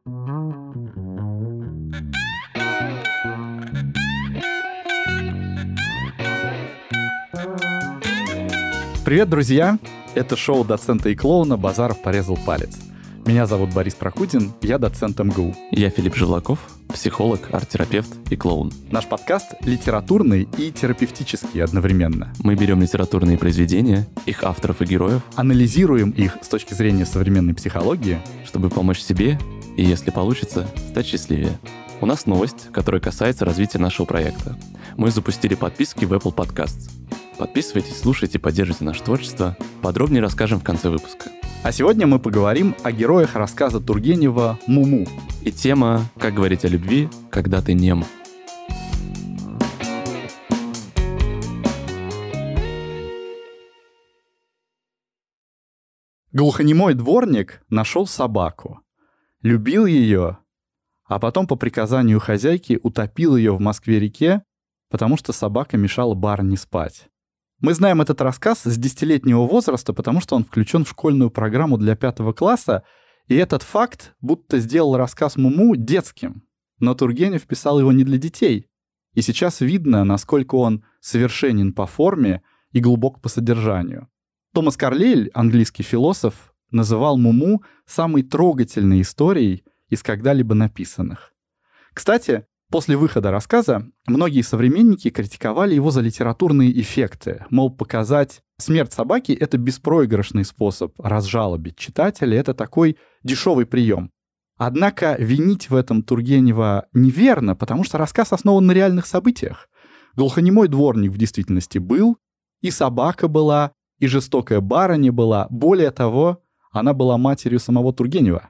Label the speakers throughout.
Speaker 1: Привет, друзья! Это шоу доцента и клоуна «Базаров порезал палец». Меня зовут Борис Прокудин, я доцент МГУ.
Speaker 2: Я Филипп Живлаков, психолог, арт-терапевт и клоун.
Speaker 1: Наш подкаст литературный и терапевтический одновременно.
Speaker 2: Мы берем литературные произведения, их авторов и героев,
Speaker 1: анализируем их с точки зрения современной психологии,
Speaker 2: чтобы помочь себе и, если получится, стать счастливее. У нас новость, которая касается развития нашего проекта. Мы запустили подписки в Apple Podcasts. Подписывайтесь, слушайте, поддерживайте наше творчество. Подробнее расскажем в конце выпуска.
Speaker 1: А сегодня мы поговорим о героях рассказа Тургенева «Муму».
Speaker 2: И тема «Как говорить о любви, когда ты нем».
Speaker 1: Глухонемой дворник нашел собаку, любил ее, а потом по приказанию хозяйки утопил ее в Москве-реке, потому что собака мешала барыне спать. Мы знаем этот рассказ с 10-летнего возраста, потому что он включен в школьную программу для 5 класса, и этот факт будто сделал рассказ «Муму» детским. Но Тургенев писал его не для детей. И сейчас видно, насколько он совершенен по форме и глубок по содержанию. Томас Карлейль, английский философ, называл «Муму» самой трогательной историей из когда-либо написанных. Кстати, после выхода рассказа многие современники критиковали его за литературные эффекты. Мол, показать смерть собаки — это беспроигрышный способ разжалобить читателя, это такой дешевый прием. Однако винить в этом Тургенева неверно, потому что рассказ основан на реальных событиях. Глухонемой дворник в действительности был, и собака была, и жестокая барыня была. Более того, она была матерью самого Тургенева.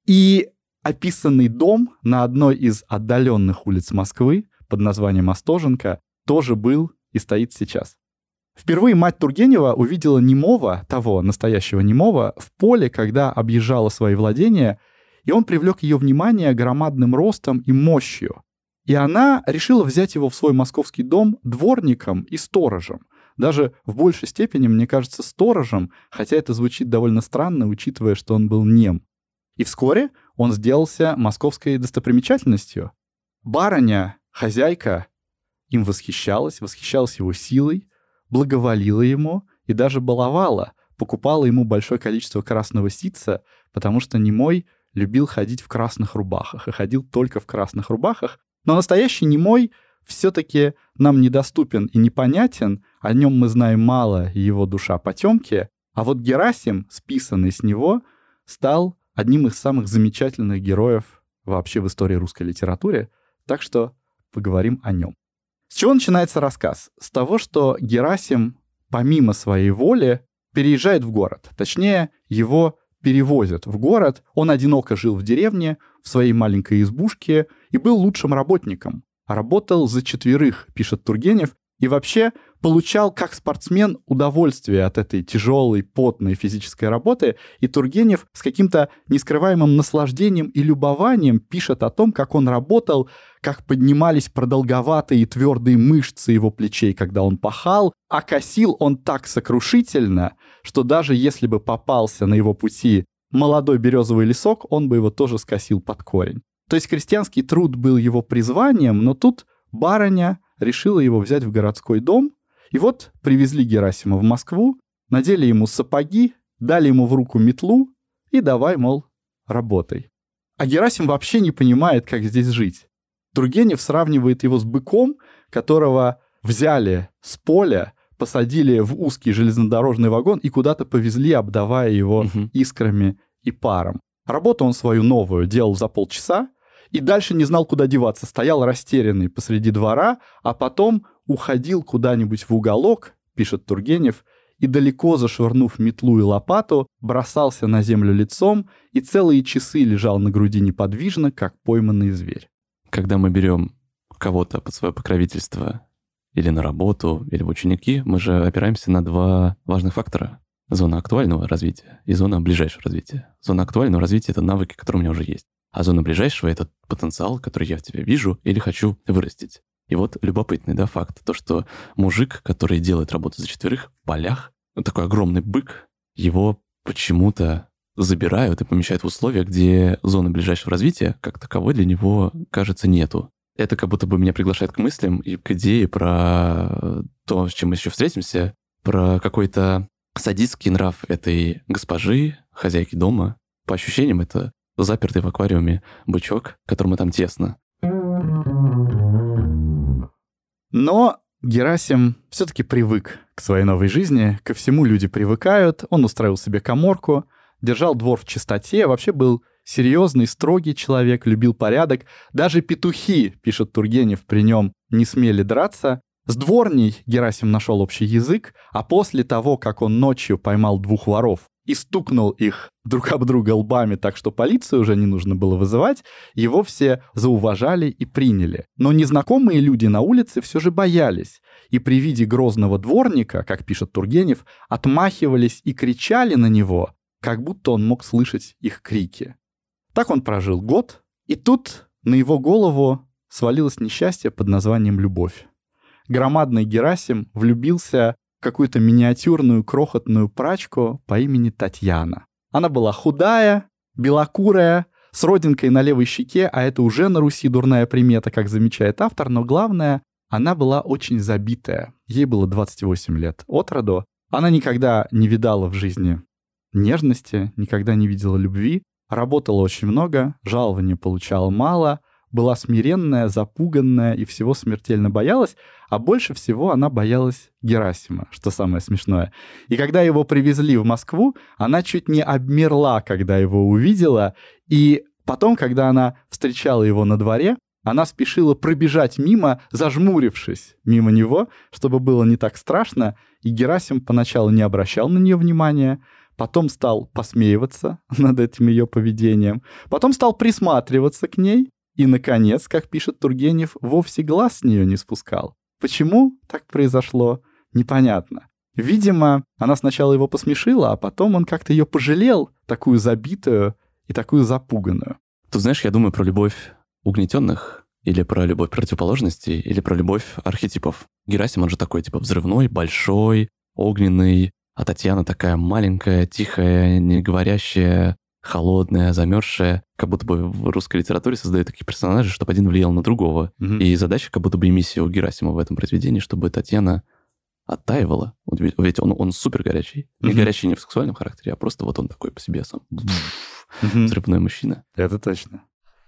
Speaker 1: И описанный дом на одной из отдаленных улиц Москвы под названием Остоженко тоже был и стоит сейчас. Впервые мать Тургенева увидела немого, того настоящего немого, в поле, когда объезжала свои владения, и он привлек ее внимание громадным ростом и мощью. И она решила взять его в свой московский дом дворником и сторожем. Даже в большей степени, мне кажется, сторожем, хотя это звучит довольно странно, учитывая, что он был нем. И вскоре он сделался московской достопримечательностью. Барыня, хозяйка, им восхищалась его силой, благоволила ему и даже баловала, покупала ему большое количество красного ситца, потому что немой любил ходить в красных рубахах и ходил только в красных рубахах. Но настоящий немой все-таки нам недоступен и непонятен, о нем мы знаем мало, и его душа потемки. А вот Герасим, списанный с него, стал одним из самых замечательных героев вообще в истории русской литературы, так что поговорим о нем. С чего начинается рассказ? С того, что Герасим, помимо своей воли, переезжает в город. Точнее, его перевозят в город. Он одиноко жил в деревне, в своей маленькой избушке, и был лучшим работником. Работал за 4, пишет Тургенев, и вообще получал, как спортсмен, удовольствие от этой тяжелой, потной физической работы, и Тургенев с каким-то нескрываемым наслаждением и любованием пишет о том, как он работал, как поднимались продолговатые и твердые мышцы его плечей, когда он пахал, а косил он так сокрушительно, что даже если бы попался на его пути молодой березовый лесок, он бы его тоже скосил под корень. То есть крестьянский труд был его призванием, но тут барыня решила его взять в городской дом. И вот привезли Герасима в Москву, надели ему сапоги, дали ему в руку метлу и давай, мол, работай. А Герасим вообще не понимает, как здесь жить. Тургенев сравнивает его с быком, которого взяли с поля, посадили в узкий железнодорожный вагон и куда-то повезли, обдавая его искрами и паром. Работу он свою новую делал за полчаса, и дальше не знал, куда деваться. Стоял растерянный посреди двора, а потом уходил куда-нибудь в уголок, пишет Тургенев, и далеко зашвырнув метлу и лопату, бросался на землю лицом и целые часы лежал на груди неподвижно, как пойманный зверь.
Speaker 2: Когда мы берем кого-то под свое покровительство или на работу, или в ученики, мы же опираемся на 2 важных фактора. Зона актуального развития и зона ближайшего развития. Зона актуального развития — это навыки, которые у меня уже есть. А зона ближайшего — это потенциал, который я в тебе вижу или хочу вырастить. И вот любопытный, да, факт. То, что мужик, который делает работу за 4 в полях, такой огромный бык, его почему-то забирают и помещают в условия, где зоны ближайшего развития как таковой для него, кажется, нету. Это как будто бы меня приглашает к мыслям и к идее про то, с чем мы еще встретимся, про какой-то садистский нрав этой госпожи, хозяйки дома. По ощущениям, это запертый в аквариуме бычок, которому там тесно.
Speaker 1: Но Герасим все-таки привык к своей новой жизни, ко всему люди привыкают, он устроил себе каморку, держал двор в чистоте, вообще был серьезный, строгий человек, любил порядок. Даже петухи, пишет Тургенев, при нем не смели драться. С дворней Герасим нашел общий язык, а после того, как он ночью поймал 2 воров и стукнул их друг об друга лбами так, что полицию уже не нужно было вызывать, его все зауважали и приняли. Но незнакомые люди на улице все же боялись, и при виде грозного дворника, как пишет Тургенев, отмахивались и кричали на него, как будто он мог слышать их крики. Так он прожил год, и тут на его голову свалилось несчастье под названием «любовь». Громадный Герасим влюбился в какую-то миниатюрную крохотную прачку по имени Татьяна. Она была худая, белокурая, с родинкой на левой щеке, а это уже на Руси дурная примета, как замечает автор, но главное, она была очень забитая. Ей было 28 лет от роду. Она никогда не видала в жизни нежности, никогда не видела любви, работала очень много, жалования получала мало, была смиренная, запуганная и всего смертельно боялась, а больше всего она боялась Герасима, что самое смешное. И когда его привезли в Москву, она чуть не обмерла, когда его увидела, и потом, когда она встречала его на дворе, она спешила пробежать мимо, зажмурившись мимо него, чтобы было не так страшно, и Герасим поначалу не обращал на нее внимания, потом стал посмеиваться над этим ее поведением, потом стал присматриваться к ней, и, наконец, как пишет Тургенев, вовсе глаз с нее не спускал. Почему так произошло, непонятно. Видимо, она сначала его посмешила, а потом он как-то ее пожалел, такую забитую и такую запуганную.
Speaker 2: Тут, знаешь, я думаю про любовь угнетенных, или про любовь противоположностей, или про любовь архетипов. Герасим, он же такой, типа, взрывной, большой, огненный, а Татьяна такая маленькая, тихая, не говорящая, холодная, замерзшая. Как будто бы в русской литературе создают такие персонажи, чтобы один влиял на другого. И задача, как будто бы и миссия у Герасима в этом произведении, чтобы Татьяна оттаивала. Ведь он супер горячий. Не горячий не в сексуальном характере, а просто вот он такой по себе сам. Взрывной мужчина.
Speaker 1: Это точно.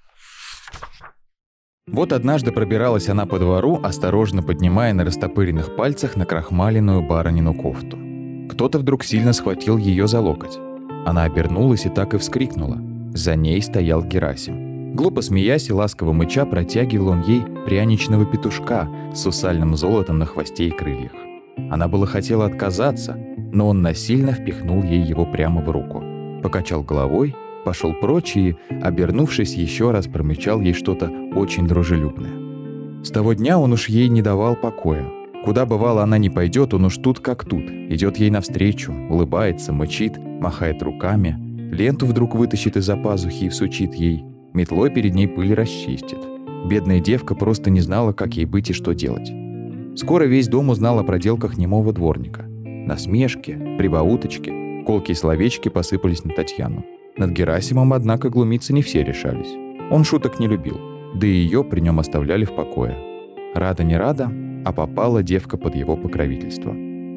Speaker 3: Вот однажды пробиралась она по двору, осторожно поднимая на растопыренных пальцах накрахмаленную барынину кофту. Кто-то вдруг сильно схватил ее за локоть. Она обернулась и так и вскрикнула. За ней стоял Герасим. Глупо смеясь и ласково мыча, протягивал он ей пряничного петушка с сусальным золотом на хвосте и крыльях. Она было хотела отказаться, но он насильно впихнул ей его прямо в руку. Покачал головой, пошел прочь и, обернувшись, еще раз промычал ей что-то очень дружелюбное. С того дня он уж ей не давал покоя. Куда бывало она не пойдет, он уж тут как тут. Идет ей навстречу, улыбается, мычит, махает руками, ленту вдруг вытащит из-за пазухи и всучит ей, метлой перед ней пыль расчистит. Бедная девка просто не знала, как ей быть и что делать. Скоро весь дом узнал о проделках немого дворника. Насмешки, прибауточки, колкие словечки посыпались на Татьяну. Над Герасимом, однако, глумиться не все решались. Он шуток не любил, да и ее при нем оставляли в покое. Рада не рада, а попала девка под его покровительство.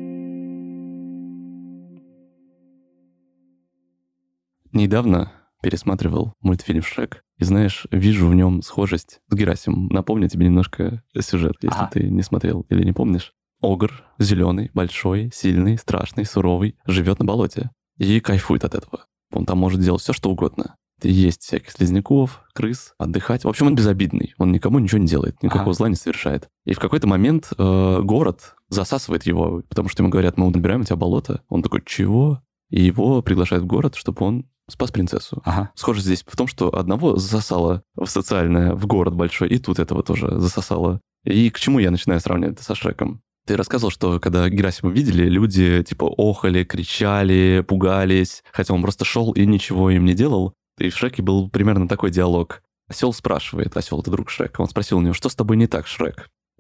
Speaker 2: Недавно пересматривал мультфильм «Шрек», и, знаешь, вижу в нем схожесть с Герасимом. Напомню тебе немножко сюжет, если ты не смотрел или не помнишь. Огр, зеленый, большой, сильный, страшный, суровый, живет на болоте и кайфует от этого. Он там может делать все, что угодно. Есть всяких слизняков, крыс, отдыхать. В общем, он безобидный. Он никому ничего не делает, никакого зла не совершает. И в какой-то момент город засасывает его, потому что ему говорят, мы набираем у тебя болото. Он такой, чего? И его приглашают в город, чтобы он спас принцессу. Схожесть здесь в том, что одного засосало в социальное, в город большой, и тут этого тоже засосало. И к чему я начинаю сравнивать это со Шреком? Ты рассказывал, что когда Герасима видели, люди типа охали, кричали, пугались, хотя он просто шел и ничего им не делал. И в Шреке был примерно такой диалог. Осел спрашивает, осел — это друг Шрека, он спросил у него, что с тобой не так, Шрек?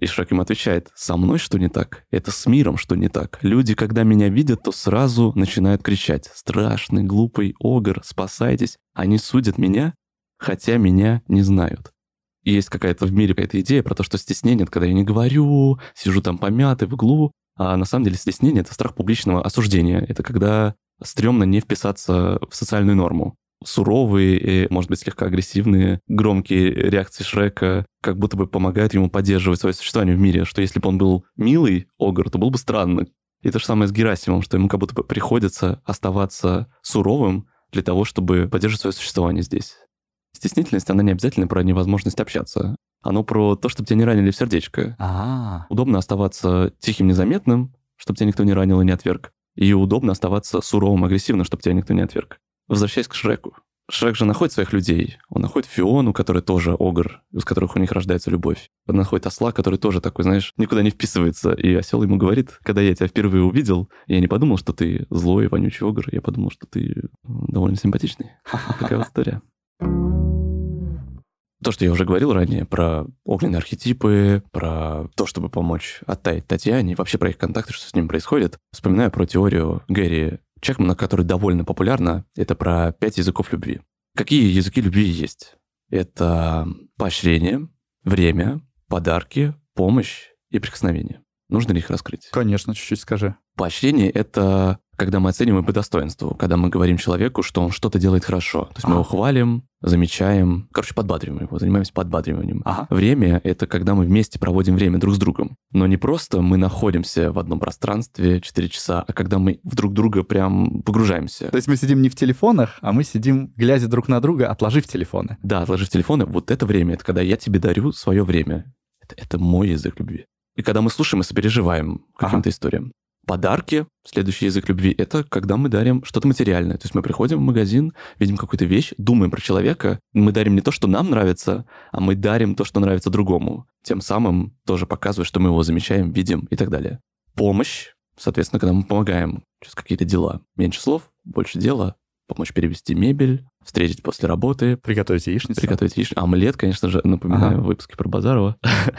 Speaker 2: И Шрек им отвечает: со мной что не так? Это с миром что не так? Люди, когда меня видят, то сразу начинают кричать: страшный, глупый огр, спасайтесь. Они судят меня, хотя меня не знают. И есть какая-то в мире какая-то идея про то, что стеснение — это когда я не говорю, сижу там помятый в углу, а на самом деле стеснение — это страх публичного осуждения. Это когда стрёмно не вписаться в социальную норму. Суровые и, может быть, слегка агрессивные, громкие реакции Шрека как будто бы помогают ему поддерживать свое существование в мире, что если бы он был милый огр, то был бы странно. И то же самое с Герасимом, что ему как будто бы приходится оставаться суровым для того, чтобы поддерживать свое существование здесь. Стеснительность, она не обязательно про невозможность общаться. Оно про то, чтобы тебя не ранили в сердечко. Удобно оставаться тихим, незаметным, чтобы тебя никто не ранил и не отверг. И удобно оставаться суровым, агрессивным, чтобы тебя никто не отверг. Возвращаясь к Шреку. Шрек же находит своих людей. Он находит Фиону, которая тоже огр, из которых у них рождается любовь. Он находит осла, который тоже такой, знаешь, никуда не вписывается. И осел ему говорит: когда я тебя впервые увидел, я не подумал, что ты злой, вонючий огр. Я подумал, что ты довольно симпатичный. Такая вот история. То, что я уже говорил ранее про огненные архетипы, про то, чтобы помочь оттаять Татьяне, и вообще про их контакты, что с ними происходит, вспоминаю про теорию Гэри Чекмана, которая довольно популярна. Это про 5 языков любви. Какие языки любви есть? Это поощрение, время, подарки, помощь и прикосновение. Нужно ли их раскрыть?
Speaker 1: Конечно, чуть-чуть скажи.
Speaker 2: Поощрение — это когда мы оцениваем по достоинству, когда мы говорим человеку, что он что-то делает хорошо. То есть мы его хвалим, замечаем, подбадриваем его, занимаемся подбадриванием. Время — это когда мы вместе проводим время друг с другом. Но не просто мы находимся в одном пространстве 4 часа, а когда мы в друг друга прям погружаемся.
Speaker 1: То есть мы сидим не в телефонах, а мы сидим, глядя друг на друга, отложив телефоны.
Speaker 2: Да, отложив телефоны. Вот это время — это когда я тебе дарю свое время. Это мой язык любви. И когда мы слушаем и сопереживаем каким-то историям. Подарки, следующий язык любви, это когда мы дарим что-то материальное. То есть мы приходим в магазин, видим какую-то вещь, думаем про человека, мы дарим не то, что нам нравится, а мы дарим то, что нравится другому. Тем самым тоже показывая, что мы его замечаем, видим и так далее. Помощь, соответственно, когда мы помогаем через какие-то дела. Меньше слов, больше дела. Помочь перевести мебель, встретить после работы.
Speaker 1: Приготовить яичницу.
Speaker 2: Омлет, конечно же, напоминаю, в выпуске про Базарова.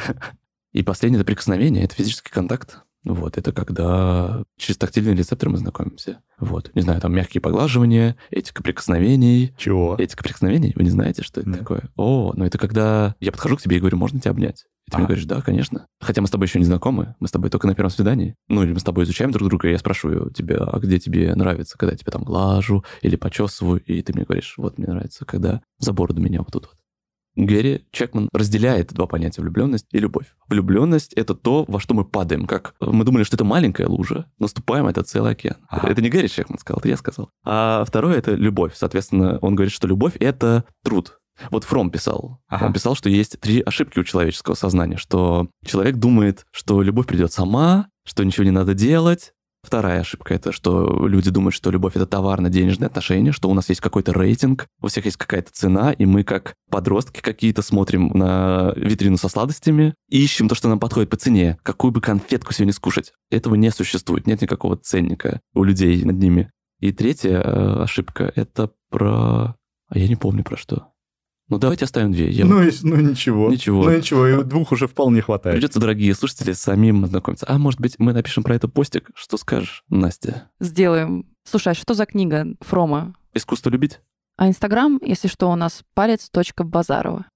Speaker 2: И последнее — это прикосновение, это физический контакт. Вот, это когда через тактильные рецепторы мы знакомимся. Вот, не знаю, там мягкие поглаживания, этика прикосновений.
Speaker 1: Чего?
Speaker 2: Этика прикосновений? Вы не знаете, что это такое? Ну это когда я подхожу к тебе и говорю: можно тебя обнять? И ты мне говоришь: да, конечно. Хотя мы с тобой еще не знакомы, мы с тобой только на первом свидании. Или мы с тобой изучаем друг друга, и я спрашиваю тебя: а где тебе нравится, когда я тебя там глажу или почесываю? И ты мне говоришь: вот мне нравится, когда за бороду меня вот тут вот. Гэри Чекман разделяет два понятия: влюбленность и любовь. Влюбленность — это то, во что мы падаем. Как мы думали, что это маленькая лужа, наступаем — это целый океан. Это не Гэри Чекман сказал, это я сказал. А второе — это любовь. Соответственно, он говорит, что любовь — это труд. Вот Фром писал. Он писал, что есть 3 ошибки у человеческого сознания. Что человек думает, что любовь придет сама, что ничего не надо делать. Вторая ошибка — это что люди думают, что любовь — это товарно-денежные отношения, что у нас есть какой-то рейтинг, у всех есть какая-то цена, и мы, как подростки какие-то, смотрим на витрину со сладостями, ищем то, что нам подходит по цене, какую бы конфетку сегодня скушать. Этого не существует, нет никакого ценника у людей над ними. И третья ошибка — это про... А я не помню про что. Давайте оставим 2.
Speaker 1: Ничего. Ничего, и 2 уже вполне хватает.
Speaker 2: Придется, дорогие слушатели, самим ознакомиться. А может быть, мы напишем про это постик? Что скажешь, Настя?
Speaker 4: Сделаем. Слушай, а что за книга Фрома?
Speaker 2: «Искусство любить».
Speaker 4: А Инстаграм, если что, у нас palец.Базарова.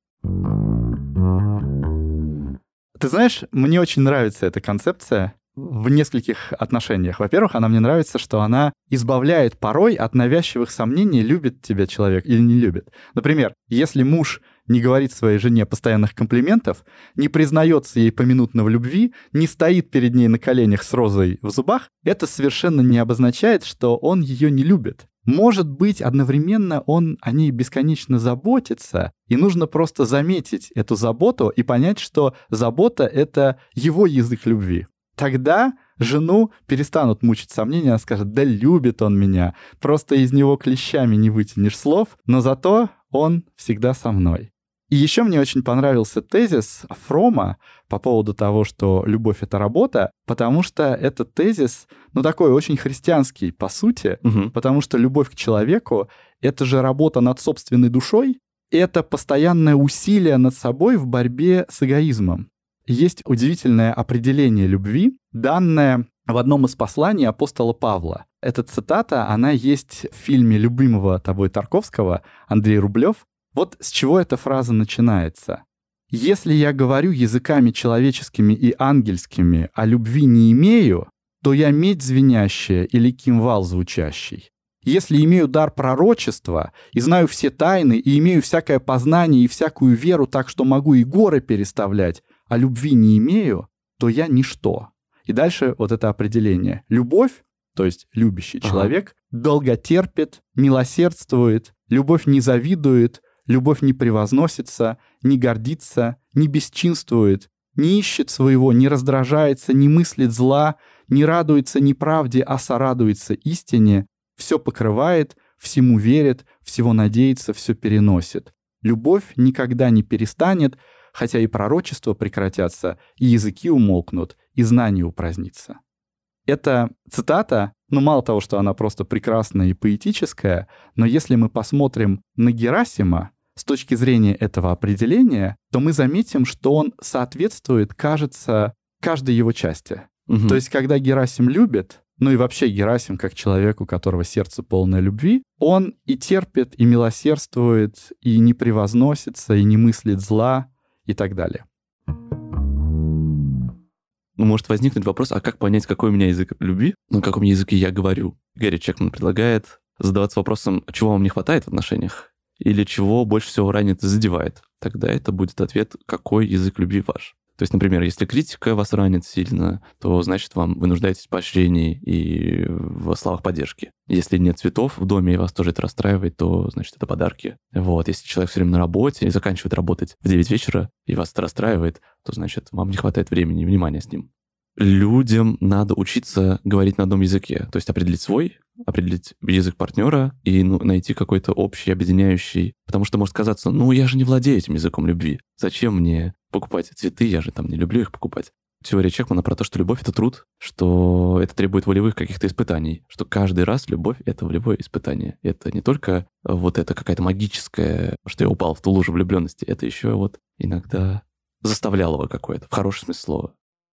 Speaker 1: Ты знаешь, мне очень нравится эта концепция в нескольких отношениях. Во-первых, она мне нравится, что она избавляет порой от навязчивых сомнений, любит тебя человек или не любит. Например, если муж не говорит своей жене постоянных комплиментов, не признается ей поминутно в любви, не стоит перед ней на коленях с розой в зубах, это совершенно не обозначает, что он ее не любит. Может быть, одновременно он о ней бесконечно заботится, и нужно просто заметить эту заботу и понять, что забота — это его язык любви. Тогда жену перестанут мучить сомнения, она скажет: да любит он меня, просто из него клещами не вытянешь слов, но зато он всегда со мной. И еще мне очень понравился тезис Фрома по поводу того, что любовь — это работа, потому что этот тезис, такой очень христианский по сути, потому что любовь к человеку — это же работа над собственной душой, это постоянное усилие над собой в борьбе с эгоизмом. есть удивительное определение любви, данное в одном из посланий апостола Павла. Эта цитата, она есть в фильме любимого тобой Тарковского Андрей Рублев. Вот с чего эта фраза начинается. «Если я говорю языками человеческими и ангельскими, а любви не имею, то я медь звенящая или кимвал звучащий. Если имею дар пророчества, и знаю все тайны, и имею всякое познание и всякую веру так, что могу и горы переставлять, а любви не имею, то я ничто». И дальше вот это определение. Любовь, то есть любящий человек, долготерпит, милосердствует, любовь не завидует, любовь не превозносится, не гордится, не бесчинствует, не ищет своего, не раздражается, не мыслит зла, не радуется неправде, а сорадуется истине, все покрывает, всему верит, всего надеется, все переносит. Любовь никогда не перестанет, хотя и пророчества прекратятся, и языки умолкнут, и знание упразднится. Эта цитата, мало того, что она просто прекрасная и поэтическая, но если мы посмотрим на Герасима с точки зрения этого определения, то мы заметим, что он соответствует, кажется, каждой его части. То есть, когда Герасим любит, и вообще Герасим, как человек, у которого сердце полное любви, он и терпит, и милосердствует, и не превозносится, и не мыслит зла, и так далее.
Speaker 2: Может возникнуть вопрос, а как понять, какой у меня язык любви, на каком языке я говорю? Гэри Чекман предлагает задаваться вопросом, чего вам не хватает в отношениях, или чего больше всего ранит и задевает. Тогда это будет ответ, какой язык любви ваш. То есть, например, если критика вас ранит сильно, то, значит, вы нуждаетесь в поощрении и в словах поддержки. Если нет цветов в доме, и вас тоже это расстраивает, то, значит, это подарки. Если человек все время на работе и заканчивает работать в 9 вечера, и вас это расстраивает, то, значит, вам не хватает времени и внимания с ним. Людям надо учиться говорить на одном языке, то есть определить свой, определить язык партнера и найти какой-то общий, объединяющий. Потому что может казаться, я же не владею этим языком любви. Зачем мне покупать цветы, я же не люблю их покупать. Теория Чекмана про то, что любовь — это труд, что это требует волевых каких-то испытаний, что каждый раз любовь — это волевое испытание. Это не только это какая-то магическая, что я упал в ту лужу влюбленности, это еще иногда заставлялово какое-то, в хорошем смысле слова.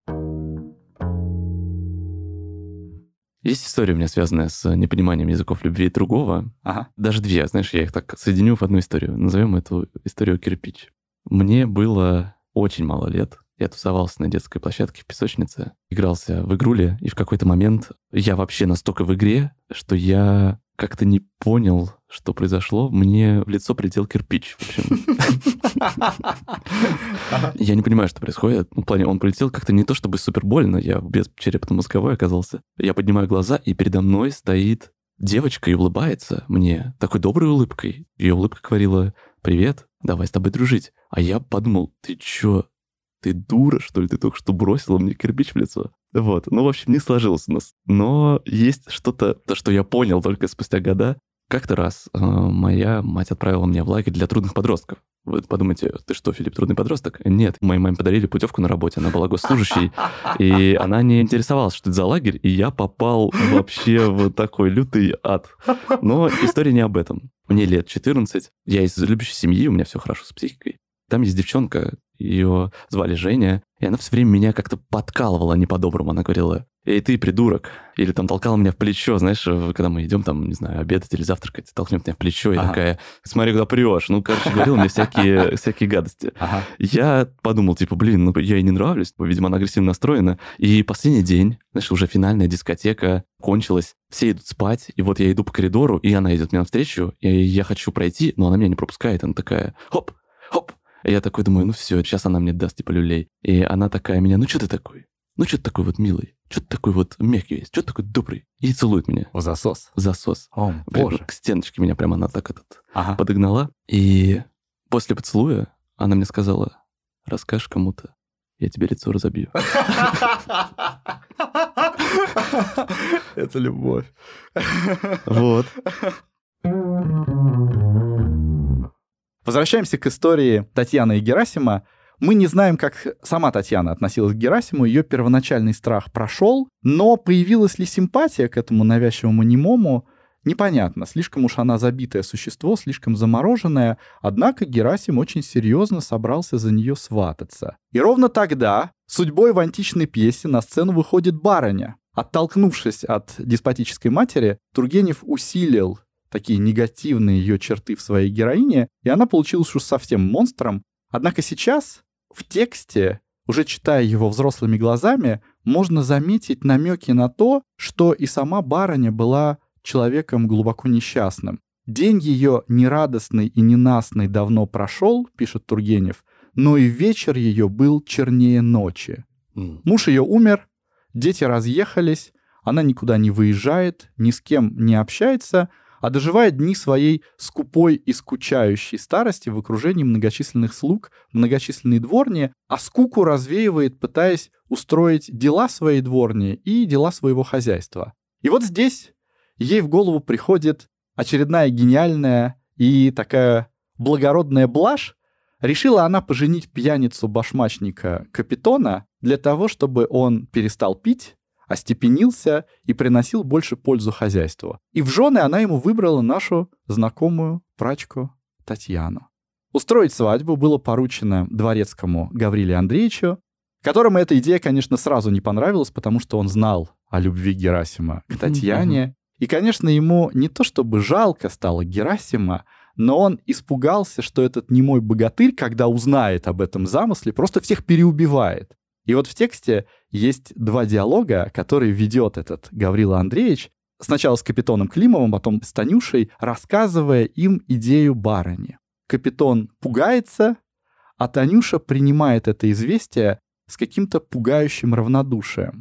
Speaker 2: Есть история у меня, связанная с непониманием языков любви другого. Даже две, я их так соединю в одну историю. Назовем эту историю «Кирпич». Мне было очень мало лет. Я тусовался на детской площадке в песочнице, игрался в игрули, и в какой-то момент я вообще настолько в игре, что я как-то не понял, что произошло. Мне в лицо прилетел кирпич. В общем, я не понимаю, что происходит. В плане, он прилетел как-то не то чтобы супер больно, я без черепно-мозговой оказался. Я поднимаю глаза, и передо мной стоит девочка и улыбается мне такой доброй улыбкой. Ее улыбка говорила: «Привет, давай с тобой дружить». А я подумал: ты чё? Ты дура, что ли? Ты только что бросила мне кирпич в лицо. В общем, не сложилось у нас. Но есть что-то, то, что я понял только спустя года. Как-то раз моя мать отправила меня в лагерь для трудных подростков. Вы подумаете, ты что, Филипп, трудный подросток? Нет, моей маме подарили путевку на работе, она была госслужащей, и она не интересовалась, что это за лагерь, и я попал вообще в такой лютый ад. Но история не об этом. Мне лет 14, я из любящей семьи, у меня все хорошо с психикой. Там есть девчонка, ее звали Женя, и она все время меня как-то подкалывала не по-доброму. Она говорила: «Эй, ты, придурок!» Или толкала меня в плечо, знаешь, когда мы идем не знаю, обедать или завтракать, толкнет меня в плечо и такая: «Смотри, куда прешь!» Говорила мне всякие гадости. Я подумал, я ей не нравлюсь, видимо, она агрессивно настроена. И последний день, уже финальная дискотека кончилась, все идут спать, и я иду по коридору, и она идет мне навстречу, и я хочу пройти, но она меня не пропускает, она такая: «Хоп, хоп!» И я такой думаю, все, сейчас она мне даст люлей. И она такая меня: «Ну что ты такой? Что ты такой милый? Что ты такой мягкий весь? Что ты такой добрый?» И целует меня.
Speaker 1: Засос.
Speaker 2: О, боже. К стеночке меня прямо она так подогнала. И после поцелуя она мне сказала: «Расскажешь кому-то, я тебе лицо разобью».
Speaker 1: Это любовь. Возвращаемся к истории Татьяны и Герасима. Мы не знаем, как сама Татьяна относилась к Герасиму, ее первоначальный страх прошел, но появилась ли симпатия к этому навязчивому немому, Непонятно, слишком уж она забитое существо, слишком замороженное, однако Герасим очень серьезно собрался за нее свататься. И ровно тогда судьбой в античной пьесе на сцену выходит барыня. Оттолкнувшись от деспотической матери, Тургенев усилил такие негативные ее черты в своей героине, и она получилась уж совсем монстром. Однако сейчас в тексте, уже читая его взрослыми глазами, можно заметить намеки на то, что и сама барыня была человеком глубоко несчастным. День ее нерадостный и ненастный давно прошел, пишет Тургенев, но и вечер ее был чернее ночи. Муж ее умер, дети разъехались, она никуда не выезжает, ни с кем не общается, а доживает дни своей скупой и скучающей старости в окружении многочисленных слуг, многочисленной дворни, а скуку развеивает, пытаясь устроить дела своей дворни и дела своего хозяйства. И вот здесь ей в голову приходит очередная гениальная и такая благородная блажь. Решила она поженить пьяницу-башмачника Капитона для того, чтобы он перестал пить, остепенился и приносил больше пользу хозяйству. И в жены она ему выбрала нашу знакомую прачку Татьяну. Устроить свадьбу было поручено дворецкому Гаврилию Андреевичу, которому эта идея, конечно, сразу не понравилась, потому что он знал о любви Герасима к Татьяне. И, конечно, ему не то чтобы жалко стало Герасима, но он испугался, что этот немой богатырь, когда узнает об этом замысле, просто всех переубивает. И вот в тексте есть два диалога, которые ведет этот Гаврила Андреевич, сначала с Капитоном Климовым, потом с Танюшей, рассказывая им идею барыни. Капитон пугается, а Танюша принимает это известие с каким-то пугающим равнодушием.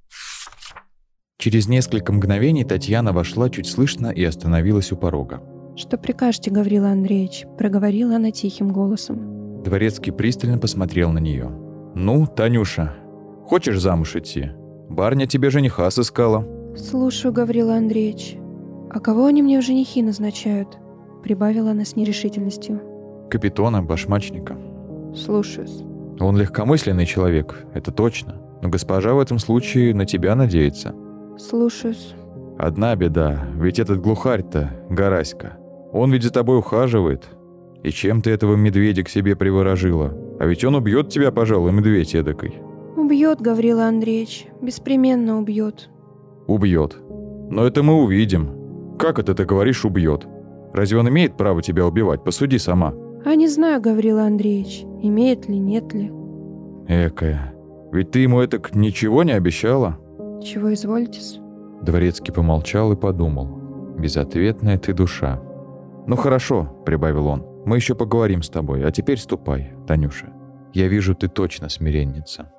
Speaker 3: Через несколько мгновений Татьяна вошла чуть слышно и остановилась у порога.
Speaker 5: «Что прикажете, Гаврила Андреевич?» — проговорила она тихим голосом.
Speaker 3: Дворецкий пристально посмотрел на нее. «Ну, Танюша, хочешь замуж идти? Барыня тебе жениха сыскала».
Speaker 5: «Слушаю, Гаврила Андреевич. А кого они мне в женихи назначают?» — прибавила она с нерешительностью.
Speaker 3: «Капитона, башмачника».
Speaker 5: «Слушаюсь».
Speaker 3: «Он легкомысленный человек, это точно. Но госпожа в этом случае на тебя надеется».
Speaker 5: «Слушаюсь».
Speaker 3: «Одна беда, ведь этот глухарь-то, Гараська, он ведь за тобой ухаживает. И чем ты этого медведя к себе приворожила? А ведь он убьет тебя, пожалуй, медведь эдакой».
Speaker 5: «Убьет, Гаврила Андреевич, беспременно убьет».
Speaker 3: «Убьет. Но это мы увидим. Как это ты говоришь «убьет»? Разве он имеет право тебя убивать? Посуди сама».
Speaker 5: «А не знаю, Гаврила Андреевич, имеет ли, нет ли».
Speaker 3: «Экая, ведь ты ему этак ничего не обещала?»
Speaker 5: «Чего изволитесь?»
Speaker 3: Дворецкий помолчал и подумал. «Безответная ты душа». «Ну хорошо», — прибавил он, — «мы еще поговорим с тобой, а теперь ступай, Танюша. Я вижу, ты точно смиренница».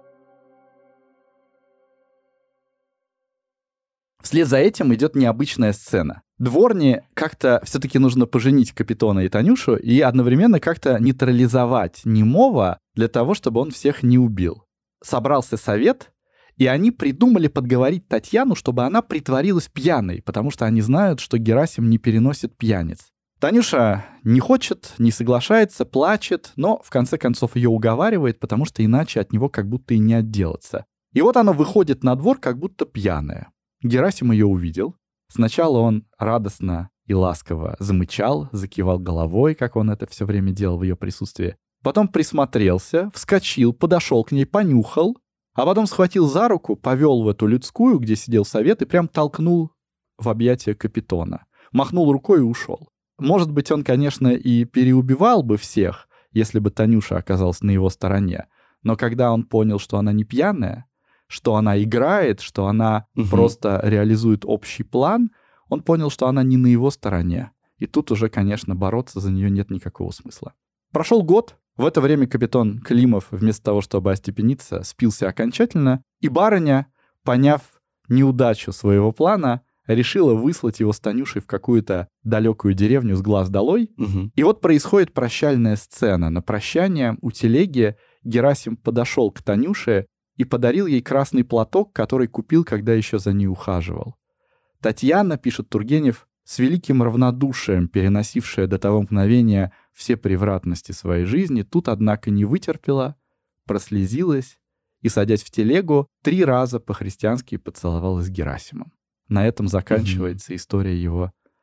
Speaker 1: Вслед за этим идет необычная сцена. Дворне как-то все-таки нужно поженить Капитона и Танюшу и одновременно как-то нейтрализовать немого для того, чтобы он всех не убил. Собрался совет, и они придумали подговорить Татьяну, чтобы она притворилась пьяной, потому что они знают, что Герасим не переносит пьяниц. Танюша не хочет, не соглашается, плачет, но в конце концов ее уговаривает, потому что иначе от него как будто и не отделаться. И вот она выходит на двор как будто пьяная. Герасим ее увидел. Сначала он радостно и ласково замычал, закивал головой, как он это все время делал в ее присутствии. Потом присмотрелся, вскочил, подошел к ней, понюхал, а потом схватил за руку, повел в эту людскую, где сидел совет, и прям толкнул в объятия Капитона. Махнул рукой и ушел. Может быть, он, конечно, и переубивал бы всех, если бы Танюша оказалась на его стороне. Но когда он понял, что она не пьяная, что она играет, что она просто реализует общий план, он понял, что она не на его стороне. И тут уже, конечно, бороться за нее нет никакого смысла. Прошел год. В это время Капитон Климов, вместо того, чтобы остепениться, спился окончательно. И барыня, поняв неудачу своего плана, решила выслать его с Танюшей в какую-то далекую деревню с глаз долой. И вот происходит прощальная сцена. На прощание у телеги Герасим подошел к Танюше и подарил ей красный платок, который купил, когда еще за ней ухаживал. Татьяна, пишет Тургенев, с великим равнодушием переносившая до того мгновения все превратности своей жизни, тут, однако, не вытерпела, прослезилась и, садясь в телегу, 3 раза по-христиански поцеловалась с Герасимом. На этом заканчивается история его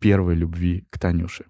Speaker 1: первой любви к Танюше?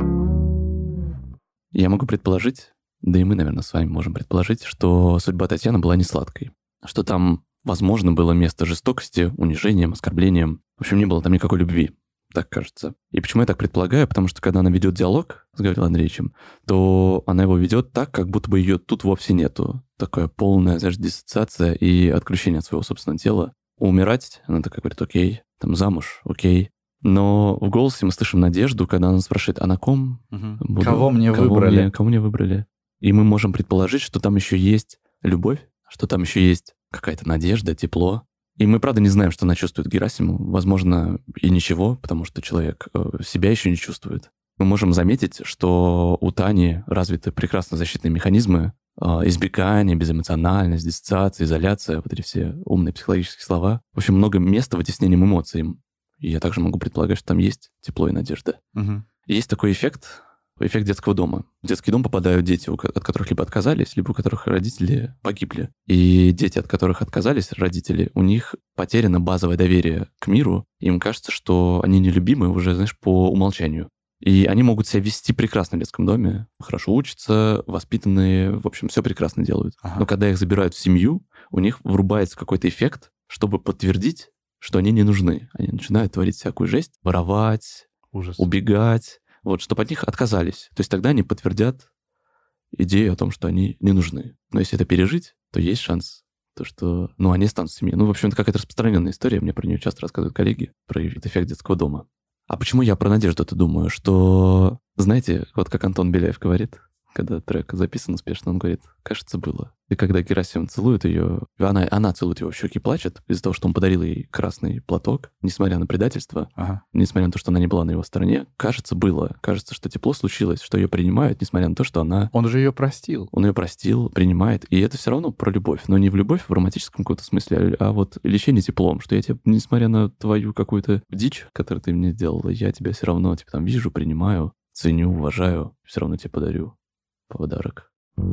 Speaker 2: Я могу предположить, да и мы, наверное, с вами можем предположить, что судьба Татьяны была не сладкой. Что там, возможно, было место жестокости, унижениям, оскорблениям. В общем, не было там никакой любви, так кажется. И почему я так предполагаю? Потому что когда она ведет диалог с Гаврилом Андреевичем, то она его ведет так, как будто бы ее тут вовсе нету. Такая полная, знаешь, диссоциация и отключение от своего собственного тела. Умирать, она такая говорит, окей, там замуж, окей. Но в голосе мы слышим надежду, когда она спрашивает, а на ком буду?
Speaker 1: Кого мне выбрали?
Speaker 2: Кого мне выбрали? И мы можем предположить, что там еще есть любовь, что там еще есть какая-то надежда, тепло. И мы, правда, не знаем, что она чувствует Герасиму. Возможно, и ничего, потому что человек себя еще не чувствует. Мы можем заметить, что у Тани развиты прекрасно защитные механизмы, избегание, безэмоциональность, диссоциация, изоляция, вот эти все умные психологические слова. В общем, много места вытеснением эмоций. И я также могу предполагать, что там есть тепло и надежда.
Speaker 1: Угу.
Speaker 2: Есть такой эффект детского дома. В детский дом попадают дети, от которых либо отказались, либо у которых родители погибли. И дети, от которых отказались родители, у них потеряно базовое доверие к миру. Им кажется, что они нелюбимы уже, знаешь, по умолчанию. И они могут себя вести прекрасно в детском доме, хорошо учатся, воспитанные, в общем, все прекрасно делают.
Speaker 1: Ага.
Speaker 2: Но когда их забирают в семью, у них врубается какой-то эффект, чтобы подтвердить, что они не нужны. Они начинают творить всякую жесть, воровать,
Speaker 1: Ужас.
Speaker 2: убегать, вот, чтобы от них отказались. То есть тогда они подтвердят идею о том, что они не нужны. Но если это пережить, то есть шанс, то, что, они останутся в семье. В общем, это какая-то распространенная история, мне про нее часто рассказывают коллеги, про эффект детского дома. А почему я про надежду это думаю? Что, знаете, вот как Антон Беляев говорит, когда трек записан успешно, он говорит, кажется, было. И когда Герасим целует ее, она целует его в щеки и плачет из-за того, что он подарил ей красный платок, несмотря на предательство, несмотря на то, что она не была на его стороне, кажется, было. Кажется, что тепло случилось, что ее принимают, несмотря на то, что она...
Speaker 1: Он же ее простил.
Speaker 2: Он ее простил, принимает, и это все равно про любовь. Но не в любовь в романтическом каком-то смысле, а вот лечение теплом, что я тебе, несмотря на твою какую-то дичь, которую ты мне сделала, я тебя все равно там вижу, принимаю, ценю, уважаю, все равно тебе подарю подарок.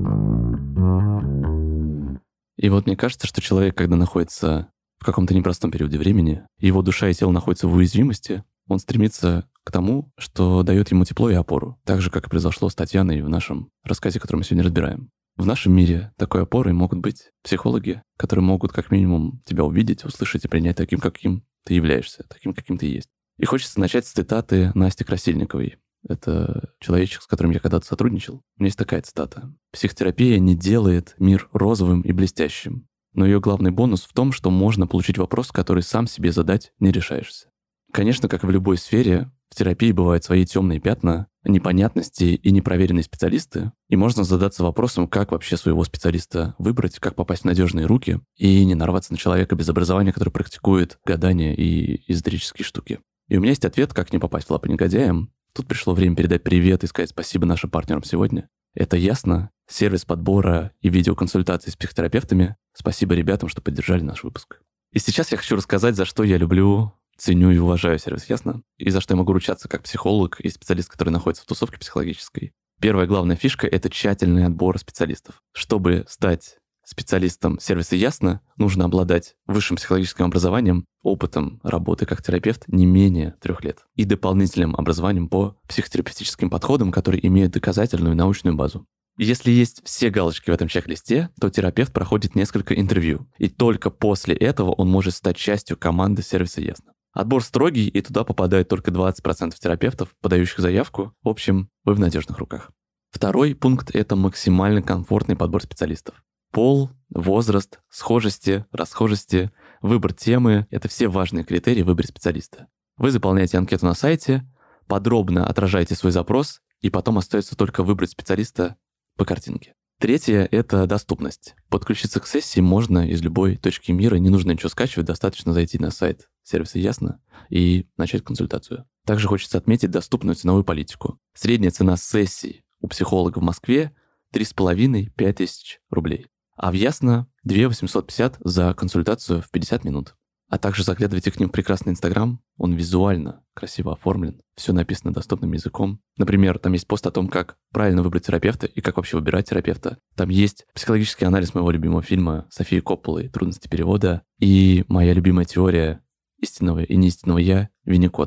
Speaker 2: И вот мне кажется, что человек, когда находится в каком-то непростом периоде времени, его душа и тело находятся в уязвимости, он стремится к тому, что дает ему тепло и опору. Так же, как и произошло с Татьяной в нашем рассказе, который мы сегодня разбираем. В нашем мире такой опорой могут быть психологи, которые могут как минимум тебя увидеть, услышать и принять таким, каким ты являешься, таким, каким ты есть. И хочется начать с цитаты Насти Красильниковой. Это человечек, с которым я когда-то сотрудничал. У меня есть такая цитата. «Психотерапия не делает мир розовым и блестящим, но ее главный бонус в том, что можно получить вопрос, который сам себе задать не решаешься». Конечно, как и в любой сфере, в терапии бывают свои темные пятна, непонятности и непроверенные специалисты, и можно задаться вопросом, как вообще своего специалиста выбрать, как попасть в надежные руки и не нарваться на человека без образования, который практикует гадания и эзотерические штуки. И у меня есть ответ, как не попасть в лапы негодяям. Тут пришло время передать привет и сказать спасибо нашим партнерам сегодня. Это Ясно, сервис подбора и видеоконсультаций с психотерапевтами. Спасибо ребятам, что поддержали наш выпуск. И сейчас я хочу рассказать, за что я люблю, ценю и уважаю сервис Ясно, и за что я могу ручаться как психолог и специалист, который находится в тусовке психологической. Первая главная фишка — это тщательный отбор специалистов. Чтобы стать специалистом сервиса Ясно, нужно обладать высшим психологическим образованием, опытом работы как терапевт не менее 3 лет и дополнительным образованием по психотерапевтическим подходам, которые имеют доказательную научную базу. Если есть все галочки в этом чек-листе, то терапевт проходит несколько интервью, и только после этого он может стать частью команды сервиса Ясно. Отбор строгий, и туда попадают только 20% терапевтов, подающих заявку. В общем, вы в надежных руках. Второй пункт — это максимально комфортный подбор специалистов. Пол, возраст, схожести, расхожести, выбор темы — это все важные критерии в выборе специалиста. Вы заполняете анкету на сайте, подробно отражаете свой запрос, и потом остается только выбрать специалиста по картинке. Третье — это доступность. Подключиться к сессии можно из любой точки мира, не нужно ничего скачивать, достаточно зайти на сайт сервиса Ясно и начать консультацию. Также хочется отметить доступную ценовую политику. Средняя цена сессий у психолога в Москве — 3,5-5 тысяч рублей. А в Ясно 2 850 за консультацию в 50 минут. А также заглядывайте к ним в прекрасный Инстаграм. Он визуально красиво оформлен. Все написано доступным языком. Например, там есть пост о том, как правильно выбрать терапевта и как вообще выбирать терапевта. Там есть психологический анализ моего любимого фильма Софии Копполы «Трудности перевода» и моя любимая теория истинного и неистинного «я» Винникота.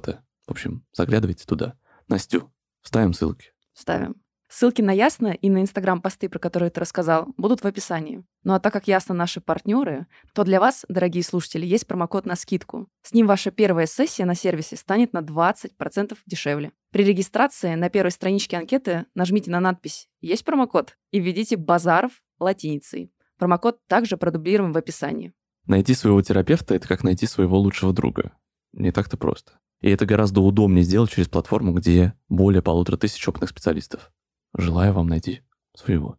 Speaker 2: В общем, заглядывайте туда. Настю, вставим ссылки.
Speaker 4: Ставим. Ссылки на Ясно и на Инстаграм-посты, про которые ты рассказал, будут в описании. Ну а так как Ясно наши партнеры, то для вас, дорогие слушатели, есть промокод на скидку. С ним ваша первая сессия на сервисе станет на 20% дешевле. При регистрации на первой страничке анкеты нажмите на надпись «Есть промокод» и введите «Базаров» латиницей. Промокод также продублируем в описании.
Speaker 2: Найти своего терапевта — это как найти своего лучшего друга. Не так-то просто. И это гораздо удобнее сделать через платформу, где более 1500 опытных специалистов. Желаю вам найти своего.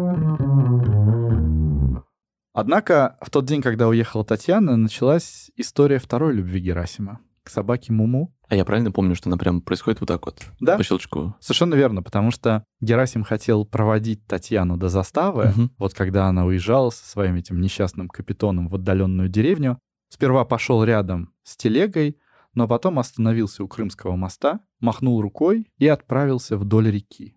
Speaker 1: Однако в тот день, когда уехала Татьяна, началась история второй любви Герасима к собаке Муму.
Speaker 2: А я правильно помню, что она прям происходит вот так вот?
Speaker 1: Да.
Speaker 2: По щелчку?
Speaker 1: Совершенно верно, потому что Герасим хотел проводить Татьяну до заставы. Вот когда она уезжала со своим этим несчастным капитоном в отдаленную деревню. Сперва пошел рядом с телегой, но потом остановился у Крымского моста, махнул рукой и отправился вдоль реки.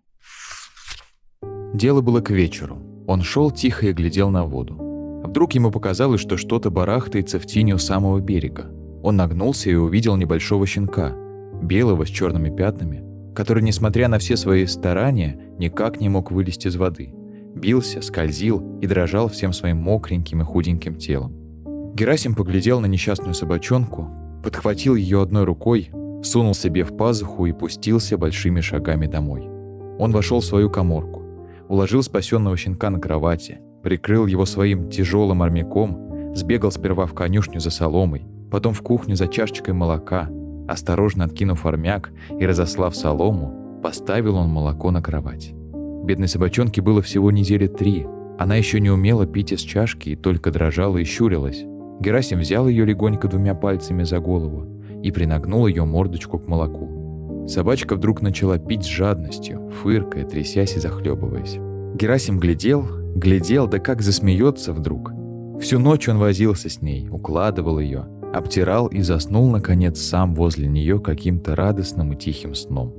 Speaker 3: Дело было к вечеру. Он шел тихо и глядел на воду. Вдруг ему показалось, что что-то барахтается в тени у самого берега. Он нагнулся и увидел небольшого щенка, белого с черными пятнами, который, несмотря на все свои старания, никак не мог вылезти из воды. Бился, скользил и дрожал всем своим мокреньким и худеньким телом. Герасим поглядел на несчастную собачонку, подхватил ее одной рукой, сунул себе в пазуху и пустился большими шагами домой. Он вошел в свою каморку, уложил спасенного щенка на кровати, прикрыл его своим тяжелым армяком, сбегал сперва в конюшню за соломой, потом в кухню за чашечкой молока. Осторожно откинув армяк и разослав солому, поставил он молоко на кровать. Бедной собачонке было всего недели 3. Она еще не умела пить из чашки и только дрожала и щурилась. Герасим взял ее легонько 2 пальцами за голову и принагнул ее мордочку к молоку. Собачка вдруг начала пить с жадностью, фыркая, трясясь и захлебываясь. Герасим глядел, да как засмеется вдруг. Всю ночь он возился с ней, укладывал ее, обтирал и заснул, наконец, сам возле нее каким-то радостным и тихим сном.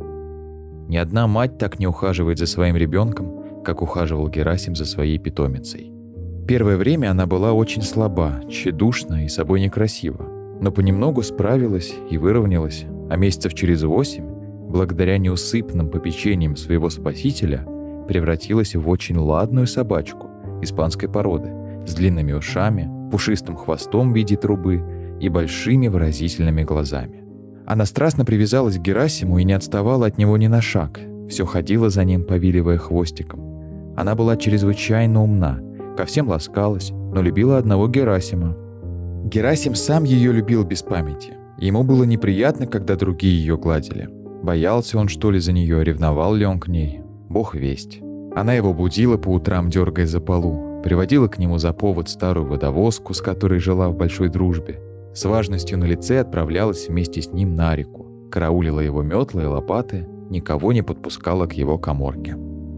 Speaker 3: Ни одна мать так не ухаживает за своим ребенком, как ухаживал Герасим за своей питомицей. Первое время она была очень слаба, тщедушна и собой некрасива, но понемногу справилась и выровнялась, а месяцев через 8, благодаря неусыпным попечениям своего спасителя, превратилась в очень ладную собачку испанской породы с длинными ушами, пушистым хвостом в виде трубы и большими выразительными глазами. Она страстно привязалась к Герасиму и не отставала от него ни на шаг, все ходила за ним, повиливая хвостиком. Она была чрезвычайно умна, ко всем ласкалась, но любила одного Герасима. Герасим сам ее любил без памяти. Ему было неприятно, когда другие ее гладили. Боялся он, что ли, за нее, ревновал ли он к ней? Бог весть. Она его будила по утрам, дергая за полу, приводила к нему за повод старую водовозку, с которой жила в большой дружбе. С важностью на лице отправлялась вместе с ним на реку, караулила его метлы и лопаты, никого не подпускала к его каморке.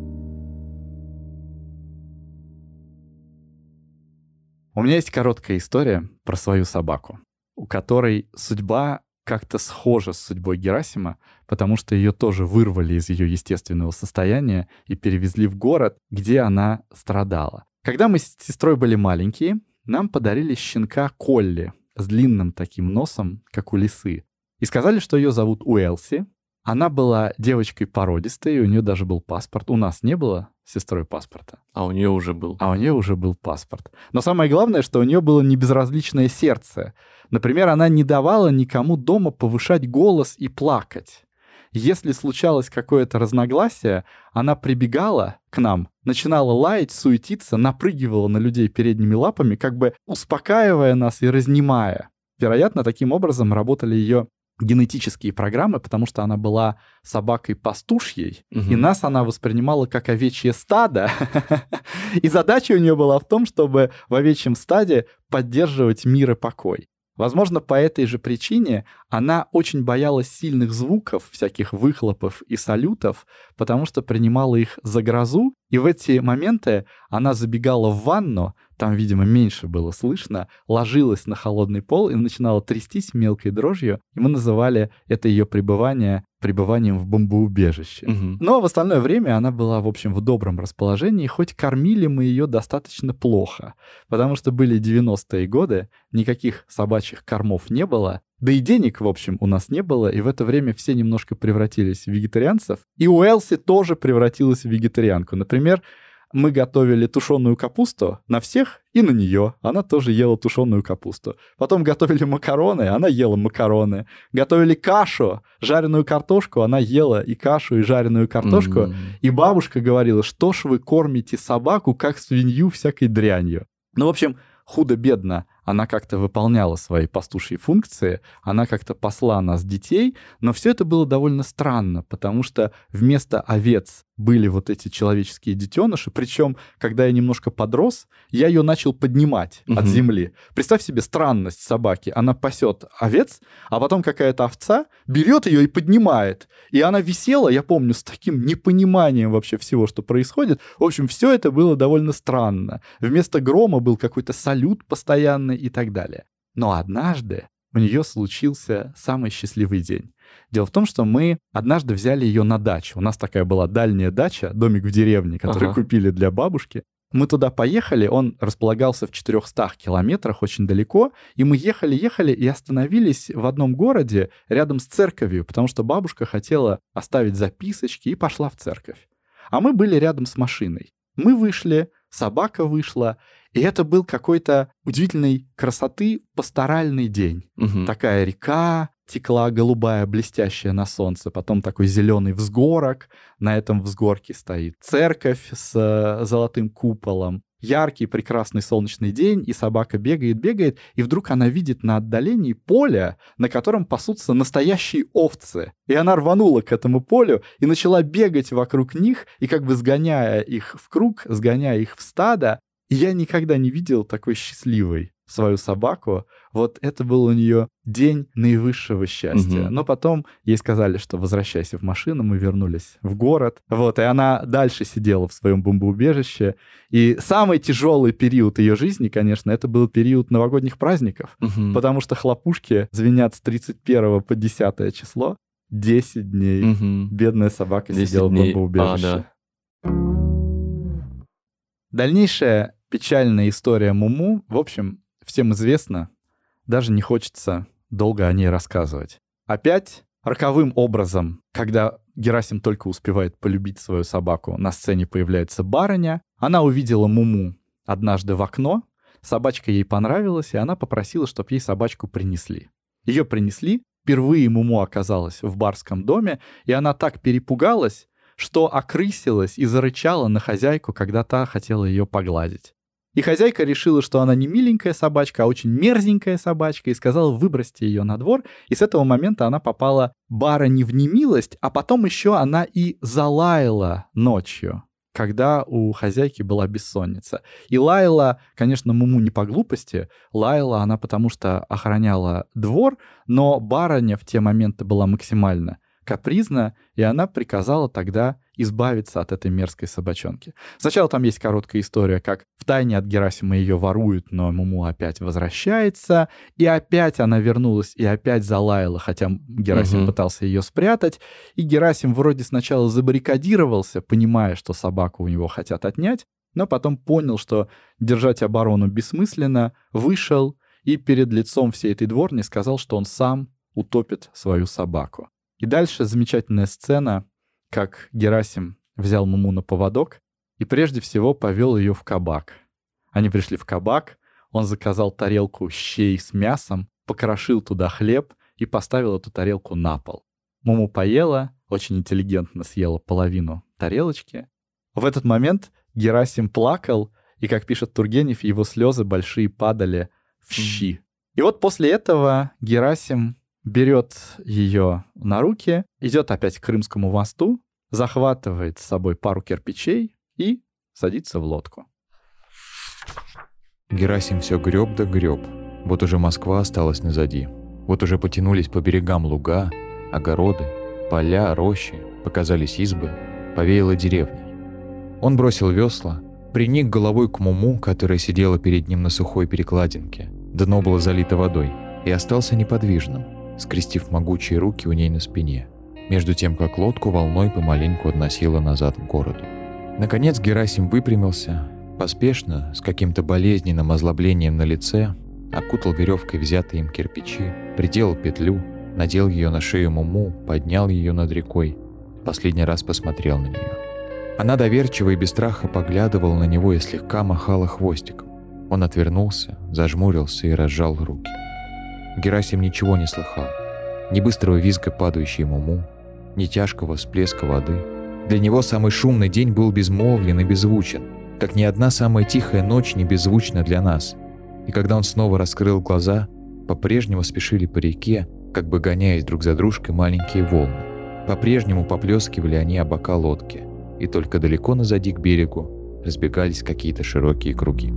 Speaker 1: У меня есть короткая история про свою собаку, у которой судьба как-то схожа с судьбой Герасима, потому что ее тоже вырвали из ее естественного состояния и перевезли в город, где она страдала. Когда мы с сестрой были маленькие, нам подарили щенка Колли с длинным таким носом, как у лисы. И сказали, что ее зовут Уэлси. Она была девочкой породистой, и у нее даже был паспорт. У нас не было с сестрой паспорта.
Speaker 2: А у нее уже был.
Speaker 1: А у нее уже был паспорт. Но самое главное, что у нее было небезразличное сердце. Например, она не давала никому дома повышать голос и плакать. Если случалось какое-то разногласие, она прибегала к нам, начинала лаять, суетиться, напрыгивала на людей передними лапами, как бы успокаивая нас и разнимая. Вероятно, таким образом работали ее генетические программы, потому что она была собакой пастушьей, и нас она воспринимала как овечье стадо. И задача у нее была в том, чтобы в овечьем стаде поддерживать мир и покой. Возможно, по этой же причине она очень боялась сильных звуков, всяких выхлопов и салютов, потому что принимала их за грозу, и в эти моменты она забегала в ванну, там, видимо, меньше было слышно, ложилась на холодный пол и начинала трястись мелкой дрожью, и мы называли это ее пребывание пребыванием в бомбоубежище. Но в остальное время она была, в общем, в добром расположении, хоть кормили мы ее достаточно плохо, потому что были 90-е годы, никаких собачьих кормов не было, да и денег, в общем, у нас не было, и в это время все немножко превратились в вегетарианцев, и у Элси тоже превратилась в вегетарианку. Например, мы готовили тушеную капусту на всех и на нее. Она тоже ела тушеную капусту. Потом готовили макароны, она ела макароны. Готовили кашу, жареную картошку, она ела и кашу, и жареную картошку. И бабушка говорила, что ж вы кормите собаку, как свинью, всякой дрянью. Ну, в общем, худо-бедно она как-то выполняла свои пастушьи функции, она как-то пасла нас, детей, но все это было довольно странно, потому что вместо овец были вот эти человеческие детеныши, причем, когда я немножко подрос, я ее начал поднимать от земли. Представь себе странность собаки. Она пасет овец, а потом какая-то овца берет ее и поднимает. И она висела, я помню, с таким непониманием вообще всего, что происходит. В общем, все это было довольно странно. Вместо грома был какой-то салют постоянный и так далее. Но однажды у нее случился самый счастливый день. Дело в том, что мы однажды взяли ее на дачу. У нас такая была дальняя дача, домик в деревне, который купили для бабушки. Мы туда поехали, он располагался в 400 километрах, очень далеко, и мы ехали и остановились в одном городе рядом с церковью, потому что бабушка хотела оставить записочки и пошла в церковь. А мы были рядом с машиной. Мы вышли, собака вышла, и это был какой-то удивительной красоты пасторальный день. Такая река текла голубая, блестящая на солнце, потом такой зеленый взгорок, на этом взгорке стоит церковь с золотым куполом. Яркий, прекрасный солнечный день, и собака бегает, и вдруг она видит на отдалении поле, на котором пасутся настоящие овцы. И она рванула к этому полю и начала бегать вокруг них, и как бы сгоняя их в круг, сгоняя их в стадо. И я никогда не видел такой счастливой свою собаку. Вот это был у нее день наивысшего счастья. Но потом ей сказали, что возвращайся в машину, мы вернулись в город. Вот, и она дальше сидела в своем бомбоубежище. И самый тяжелый период ее жизни, конечно, это был период новогодних праздников, потому что хлопушки звенят с 31 по 10 число. 10 дней. Бедная собака сидела в бомбоубежище. Дальнейшая печальная история Муму, в общем, всем известна, даже не хочется долго о ней рассказывать. Опять роковым образом, когда Герасим только успевает полюбить свою собаку, на сцене появляется барыня. Она увидела Муму однажды в окно, собачка ей понравилась, и она попросила, чтобы ей собачку принесли. Ее принесли, впервые Муму оказалась в барском доме, и она так перепугалась, что окрысилась и зарычала на хозяйку, когда та хотела ее погладить. И хозяйка решила, что она не миленькая собачка, а очень мерзенькая собачка, и сказала, выбросьте ее на двор. И с этого момента она попала барыне в немилость, а потом еще она и залаяла ночью, когда у хозяйки была бессонница. И лаяла, конечно, Муму не по глупости, лаяла она потому, что охраняла двор, но барыня в те моменты была максимально капризна, и она приказала тогда избавиться от этой мерзкой собачонки. Сначала там есть короткая история, как втайне от Герасима ее воруют, но Муму опять возвращается, и опять она вернулась, и опять залаяла, хотя Герасим пытался ее спрятать, и Герасим вроде сначала забаррикадировался, понимая, что собаку у него хотят отнять, но потом понял, что держать оборону бессмысленно, вышел и перед лицом всей этой дворни сказал, что он сам утопит свою собаку. И дальше замечательная сцена, как Герасим взял Муму на поводок и прежде всего повел ее в кабак. Они пришли в кабак, он заказал тарелку щей с мясом, покрошил туда хлеб и поставил эту тарелку на пол. Муму поела, очень интеллигентно съела половину тарелочки. В этот момент Герасим плакал, и, как пишет Тургенев, его слезы большие падали в щи. И вот после этого Герасим берет ее на руки, идет опять к Крымскому мосту, захватывает с собой пару кирпичей и садится в лодку.
Speaker 3: Герасим все греб да греб. Вот уже Москва осталась назади. Вот уже потянулись по берегам луга, огороды, поля, рощи, показались избы, повеяло деревней. Он бросил весла, приник головой к Муму, которая сидела перед ним на сухой перекладинке. Дно было залито водой, и остался неподвижным, скрестив могучие руки у ней на спине. между тем как лодку волной помаленьку относило назад к городу. Наконец Герасим выпрямился, поспешно, с каким-то болезненным озлоблением на лице, окутал веревкой взятые им кирпичи, приделал петлю, надел ее на шею Муму, поднял ее над рекой, последний раз посмотрел на нее. Она доверчиво и без страха поглядывала на него и слегка махала хвостиком. Он отвернулся, зажмурился и разжал руки. Герасим ничего не слыхал. Ни быстрого визга падающей Муму, ни тяжкого всплеска воды. Для него самый шумный день был безмолвен и беззвучен, как ни одна самая тихая ночь не беззвучна для нас. И когда он снова раскрыл глаза, по-прежнему спешили по реке, как бы гоняясь друг за дружкой маленькие волны. По-прежнему поплескивали они о бока лодки, и только далеко назади к берегу разбегались какие-то широкие круги.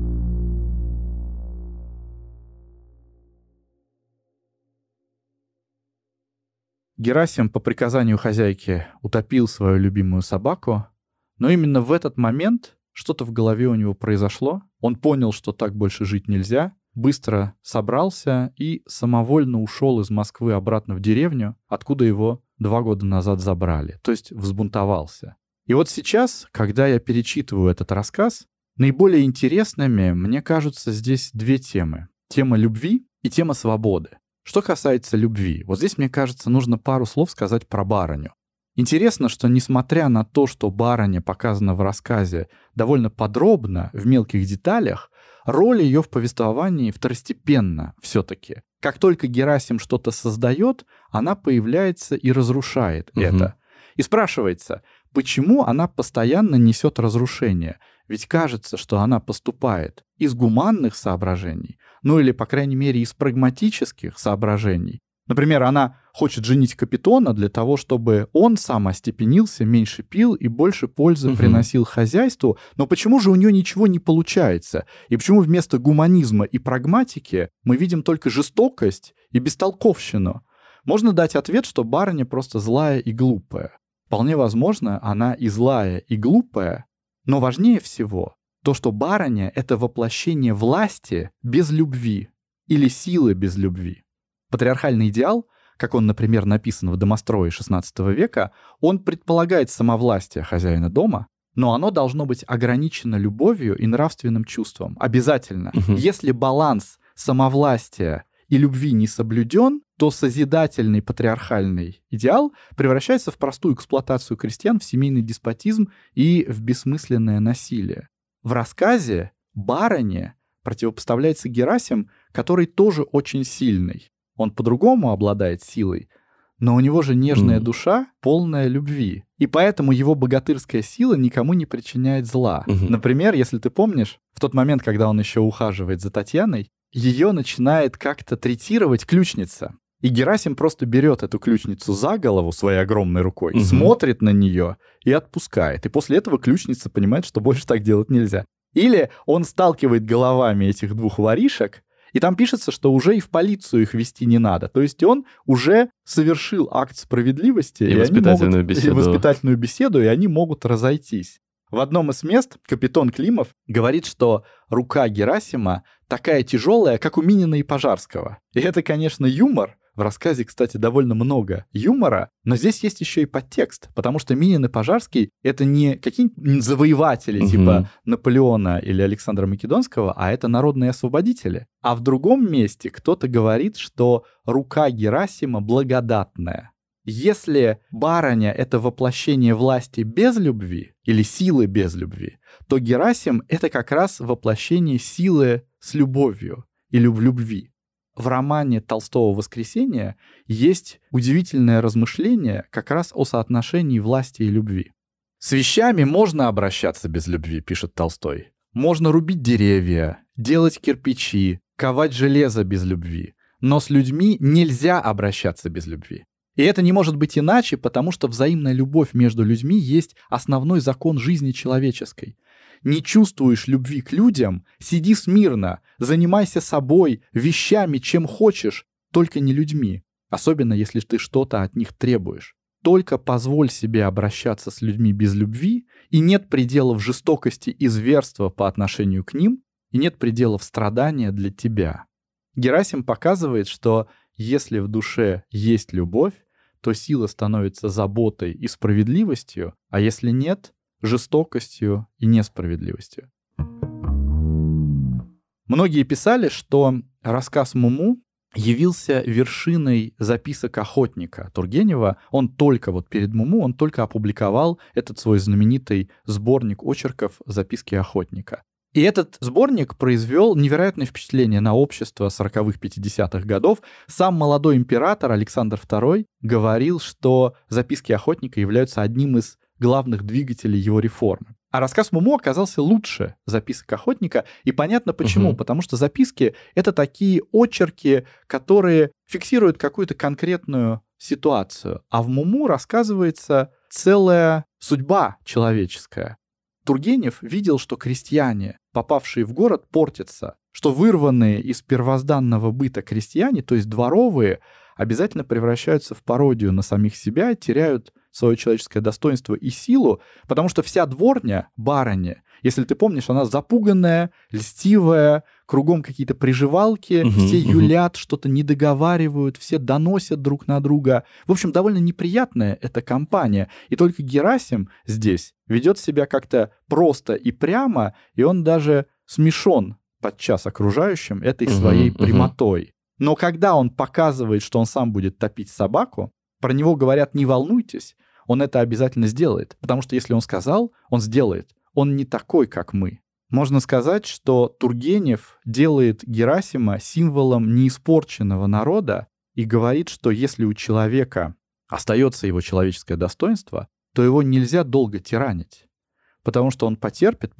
Speaker 1: Герасим по приказанию хозяйки утопил свою любимую собаку, но именно в этот момент что-то в голове у него произошло. Он понял, что так больше жить нельзя, быстро собрался и самовольно ушел из Москвы обратно в деревню, откуда его 2 года назад забрали, то есть взбунтовался. И вот сейчас, когда я перечитываю этот рассказ, наиболее интересными, мне кажутся здесь 2 темы. Тема любви и тема свободы. Что касается любви, вот здесь, мне кажется, нужно пару слов сказать про барыню. Интересно, что несмотря на то, что барыня показана в рассказе довольно подробно, в мелких деталях, роль ее в повествовании второстепенна все-таки. Как только Герасим что-то создает, она появляется и разрушает это. И спрашивается, почему она постоянно несет разрушение? Ведь кажется, что она поступает из гуманных соображений, ну или, по крайней мере, из прагматических соображений. Например, она хочет женить Капитона для того, чтобы он сам остепенился, меньше пил и больше пользы приносил хозяйству. Но почему же у нее ничего не получается? И почему вместо гуманизма и прагматики мы видим только жестокость и бестолковщину? Можно дать ответ, что барыня просто злая и глупая. Вполне возможно, она и злая, и глупая, но важнее всего то, что барыня — это воплощение власти без любви или силы без любви. Патриархальный идеал, как он, например, написан в домострое XVI века, он предполагает самовластие хозяина дома, но оно должно быть ограничено любовью и нравственным чувством. Обязательно. Если баланс самовластия и любви не соблюден, то созидательный патриархальный идеал превращается в простую эксплуатацию крестьян, в семейный деспотизм и в бессмысленное насилие. В рассказе барыне противопоставляется Герасим, который тоже очень сильный. Он по-другому обладает силой, но у него же нежная душа, полная любви. И поэтому его богатырская сила никому не причиняет зла. Например, если ты помнишь, в тот момент, когда он еще ухаживает за Татьяной, ее начинает как-то третировать ключница. И Герасим просто берет эту ключницу за голову своей огромной рукой, смотрит на нее и отпускает. И после этого ключница понимает, что больше так делать нельзя. Или он сталкивает головами этих 2 воришек, и там пишется, что уже и в полицию их вести не надо. То есть он уже совершил акт справедливости и воспитательную беседу, и они могут разойтись. В одном из мест капитан Климов говорит, что рука Герасима такая тяжелая, как у Минина и Пожарского. И это, конечно, юмор. В рассказе, кстати, довольно много юмора, но здесь есть еще и подтекст, потому что Минин и Пожарский — это не какие-нибудь завоеватели типа Наполеона или Александра Македонского, а это народные освободители. А в другом месте кто-то говорит, что рука Герасима благодатная. Если барыня — это воплощение власти без любви или силы без любви, то Герасим — это как раз воплощение силы с любовью или в любви. В романе Толстого «Воскресенье» есть удивительное размышление как раз о соотношении власти и любви. «С вещами можно обращаться без любви», — пишет Толстой. «Можно рубить деревья, делать кирпичи, ковать железо без любви. Но с людьми нельзя обращаться без любви. И это не может быть иначе, потому что взаимная любовь между людьми есть основной закон жизни человеческой. Не чувствуешь любви к людям — сиди смирно, занимайся собой, вещами, чем хочешь, только не людьми, особенно если ты что-то от них требуешь. Только позволь себе обращаться с людьми без любви, и нет пределов жестокости и зверства по отношению к ним, и нет пределов страдания для тебя». Герасим показывает, что если в душе есть любовь, то сила становится заботой и справедливостью, а если нет, жестокостью и несправедливостью. Многие писали, что рассказ «Муму» явился вершиной записок охотника Тургенева. Он только перед «Муму» он только опубликовал этот свой знаменитый сборник очерков «Записки охотника». И этот сборник произвел невероятное впечатление на общество 40-х, 50-х годов. Сам молодой император Александр II говорил, что записки охотника являются одним из главных двигателей его реформы. А рассказ «Муму» оказался лучше записок охотника, и понятно почему. Потому что записки — это такие очерки, которые фиксируют какую-то конкретную ситуацию. А в «Муму» рассказывается целая судьба человеческая. Тургенев видел, что крестьяне, попавшие в город, портятся, что вырванные из первозданного быта крестьяне, то есть дворовые, обязательно превращаются в пародию на самих себя, теряют свое человеческое достоинство и силу, потому что вся дворня, барыня, если ты помнишь, она запуганная, льстивая, кругом какие-то приживалки, все юлят, что-то не договаривают, все доносят друг на друга. В общем, довольно неприятная эта компания. И только Герасим здесь ведет себя как-то просто и прямо, и он даже смешон подчас окружающим этой своей прямотой. Но когда он показывает, что он сам будет топить собаку, про него говорят: не волнуйтесь, он это обязательно сделает. Потому что если он сказал, он сделает. Он не такой, как мы. Можно сказать, что Тургенев делает Герасима символом неиспорченного народа и говорит, что если у человека остается его человеческое достоинство, то его нельзя долго тиранить. Потому что он потерпит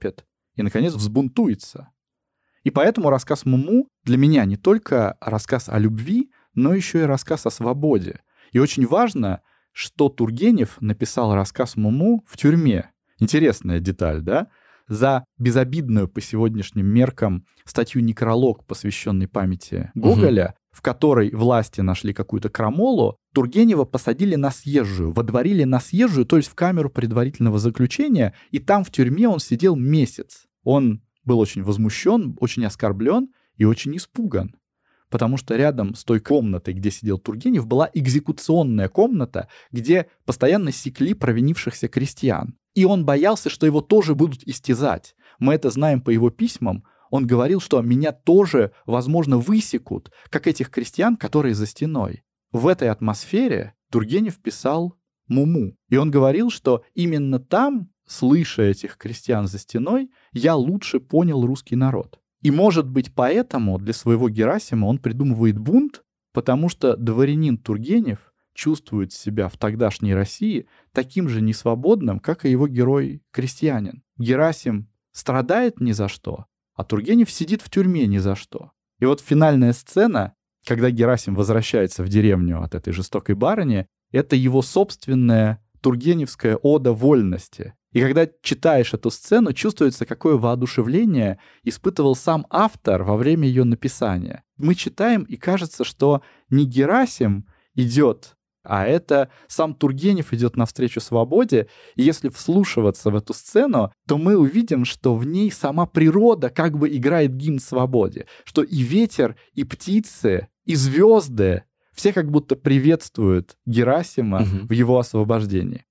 Speaker 1: и, наконец, взбунтуется. И поэтому рассказ «Муму» для меня не только рассказ о любви, но еще и рассказ о свободе. И очень важно, что Тургенев написал рассказ «Муму» в тюрьме. Интересная деталь, да? За безобидную по сегодняшним меркам статью «Некролог», посвященный памяти Гоголя, в которой власти нашли какую-то крамолу, Тургенева посадили на съезжую, водворили на съезжую, то есть в камеру предварительного заключения, и там в тюрьме он сидел месяц. Он был очень возмущен, очень оскорблен и очень испуган. Потому что рядом с той комнатой, где сидел Тургенев, была экзекуционная комната, где постоянно секли провинившихся крестьян. И он боялся, что его тоже будут истязать. Мы это знаем по его письмам. Он говорил, что меня тоже, возможно, высекут, как этих крестьян, которые за стеной. В этой атмосфере Тургенев писал «Муму». И он говорил, что именно там, слыша этих крестьян за стеной, я лучше понял русский народ. И, может быть, поэтому для своего Герасима он придумывает бунт, потому что дворянин Тургенев чувствует себя в тогдашней России таким же несвободным, как и его герой-крестьянин. Герасим страдает ни за что, а Тургенев сидит в тюрьме ни за что. И вот финальная сцена, когда Герасим возвращается в деревню от этой жестокой барыни, это его собственная тургеневская ода вольности. И когда читаешь эту сцену, чувствуется, какое воодушевление испытывал сам автор во время ее написания. Мы читаем, и кажется, что не Герасим идет, а это сам Тургенев идет навстречу свободе. И если вслушиваться в эту сцену, то мы увидим, что в ней сама природа как бы играет гимн свободе, что и ветер, и птицы, и звезды все как будто приветствуют Герасима в его освобождении.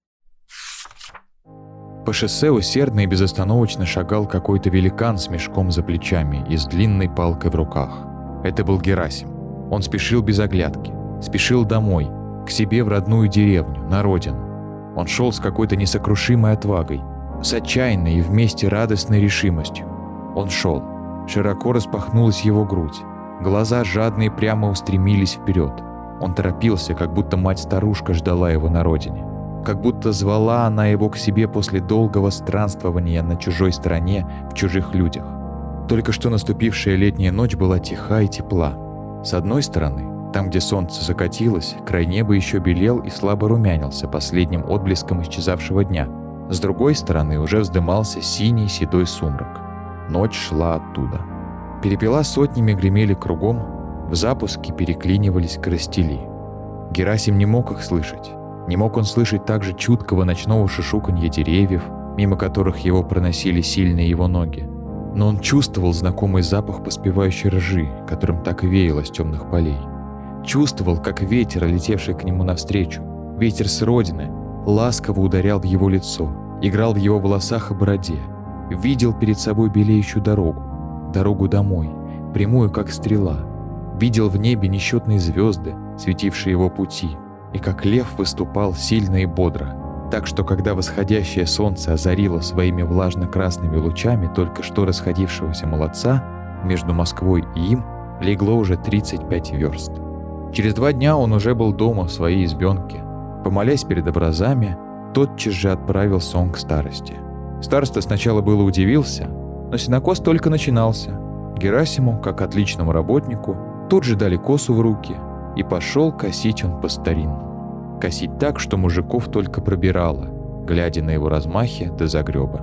Speaker 3: По шоссе усердно и безостановочно шагал какой-то великан с мешком за плечами и с длинной палкой в руках. Это был Герасим. Он спешил без оглядки, спешил домой, к себе в родную деревню, на родину. Он шел с какой-то несокрушимой отвагой, с отчаянной и вместе радостной решимостью. Он шел. Широко распахнулась его грудь. Глаза жадные прямо устремились вперед. Он торопился, как будто мать-старушка ждала его на родине. Как будто звала она его к себе после долгого странствования на чужой стороне, в чужих людях. Только что наступившая летняя ночь была тиха и тепла. С одной стороны, там, где солнце закатилось, край неба еще белел и слабо румянился последним отблеском исчезавшего дня. С другой стороны уже вздымался синий седой сумрак. Ночь шла оттуда. Перепела сотнями гремели кругом, в запуске переклинивались коростели. Герасим не мог их слышать. Не мог он слышать также чуткого ночного шушуканья деревьев, мимо которых его проносили сильные его ноги. Но он чувствовал знакомый запах поспевающей ржи, которым так и веяло с темных полей. Чувствовал, как ветер, летевший к нему навстречу, ветер с родины, ласково ударял в его лицо, играл в его волосах и бороде. Видел перед собой белеющую дорогу домой, прямую, как стрела. Видел в небе несчетные звезды, светившие его пути, и как лев выступал сильно и бодро, так что когда восходящее солнце озарило своими влажно-красными лучами только что расходившегося молодца, между Москвой и им легло уже 35 верст. Через 2 дня он уже был дома в своей избенке. Помолясь перед образами, тотчас же отправил сон к старости. Староста сначала было удивился, но сенокос только начинался. Герасиму, как отличному работнику, тут же дали косу в руки, и пошел косить он по-старинному. Косить так, что мужиков только пробирало, глядя на его размахи до загреба.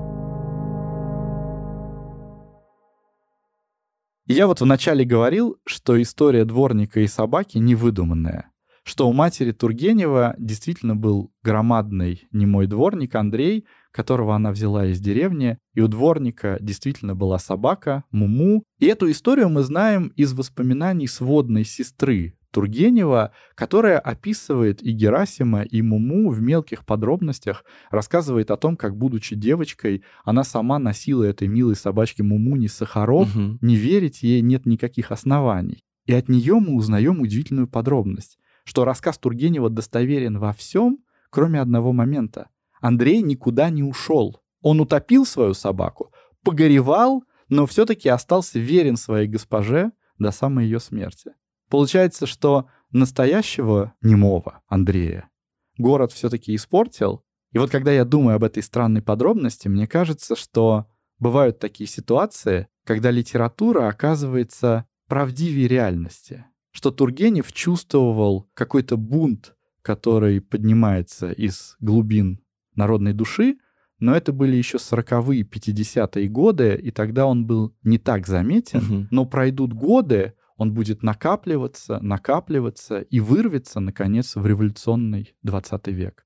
Speaker 1: Я вот вначале говорил, что история дворника и собаки невыдуманная, что у матери Тургенева действительно был громадный немой дворник Андрей, которого она взяла из деревни, и у дворника действительно была собака Муму. И эту историю мы знаем из воспоминаний сводной сестры Тургенева, которая описывает и Герасима, и Муму в мелких подробностях, рассказывает о том, как, будучи девочкой, она сама носила этой милой собачке Мумуне сахаров, не верить ей нет никаких оснований. И от нее мы узнаем удивительную подробность, что рассказ Тургенева достоверен во всем, кроме одного момента. Андрей никуда не ушел. Он утопил свою собаку, погоревал, но все-таки остался верен своей госпоже до самой ее смерти. Получается, что настоящего немого Андрея город все-таки испортил. И вот когда я думаю об этой странной подробности, мне кажется, что бывают такие ситуации, когда литература оказывается правдивее реальности. Что Тургенев чувствовал какой-то бунт, который поднимается из глубин народной души, но это были еще 40-е, 50-е годы, и тогда он был не так заметен, но пройдут годы, он будет накапливаться и вырвется, наконец, в революционный 20 век.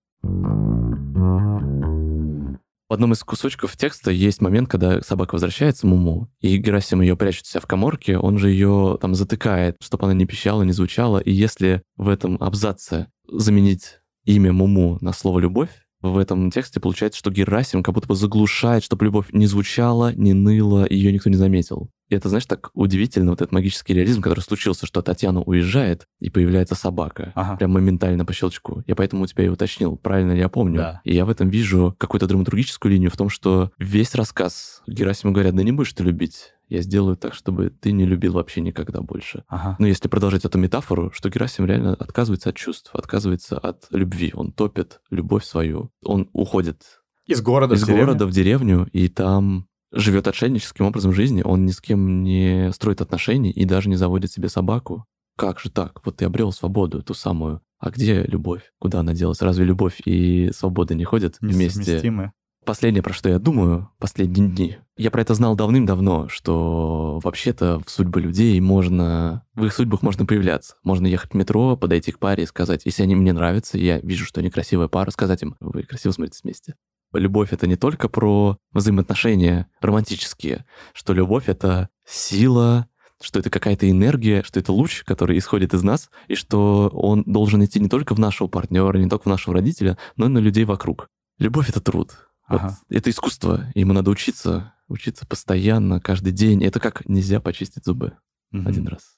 Speaker 2: В одном из кусочков текста есть момент, когда собака возвращается, Муму, и Герасим ее прячет у себя в каморке, он же ее там затыкает, чтобы она не пищала, не звучала, и если в этом абзаце заменить имя Муму на слово «любовь», в этом тексте получается, что Герасим как будто бы заглушает, чтобы любовь не звучала, не ныла, ее никто не заметил. И это, знаешь, так удивительно, вот этот магический реализм, который случился, что Татьяна уезжает, и появляется собака. Прям моментально по щелчку. Я поэтому у тебя и уточнил, правильно ли я помню.
Speaker 1: Да.
Speaker 2: И я в этом вижу какую-то драматургическую линию в том, что весь рассказ Герасиму говорят, да не будешь ты любить, я сделаю так, чтобы ты не любил вообще никогда больше. Но если продолжать эту метафору, что Герасим реально отказывается от чувств, отказывается от любви, он топит любовь свою, он уходит
Speaker 1: из города
Speaker 2: в деревню, и там живет отшельническим образом жизни, он ни с кем не строит отношений и даже не заводит себе собаку. Как же так? Вот ты обрел свободу, ту самую. А где любовь? Куда она делась? Разве любовь и свобода не ходят вместе?
Speaker 1: Несовместимы.
Speaker 2: Последнее, про что я думаю, последние дни. Я про это знал давным-давно, что вообще-то в судьбы людей в их судьбах можно появляться. Можно ехать в метро, подойти к паре и сказать, если они мне нравятся, я вижу, что они красивая пара, сказать им, вы красиво смотритесь вместе. Любовь — это не только про взаимоотношения романтические, что любовь — это сила, что это какая-то энергия, что это луч, который исходит из нас, и что он должен идти не только в нашего партнера, не только в нашего родителя, но и на людей вокруг. Любовь — это труд. Вот это искусство, ему надо учиться постоянно, каждый день. Это как нельзя почистить зубы один раз.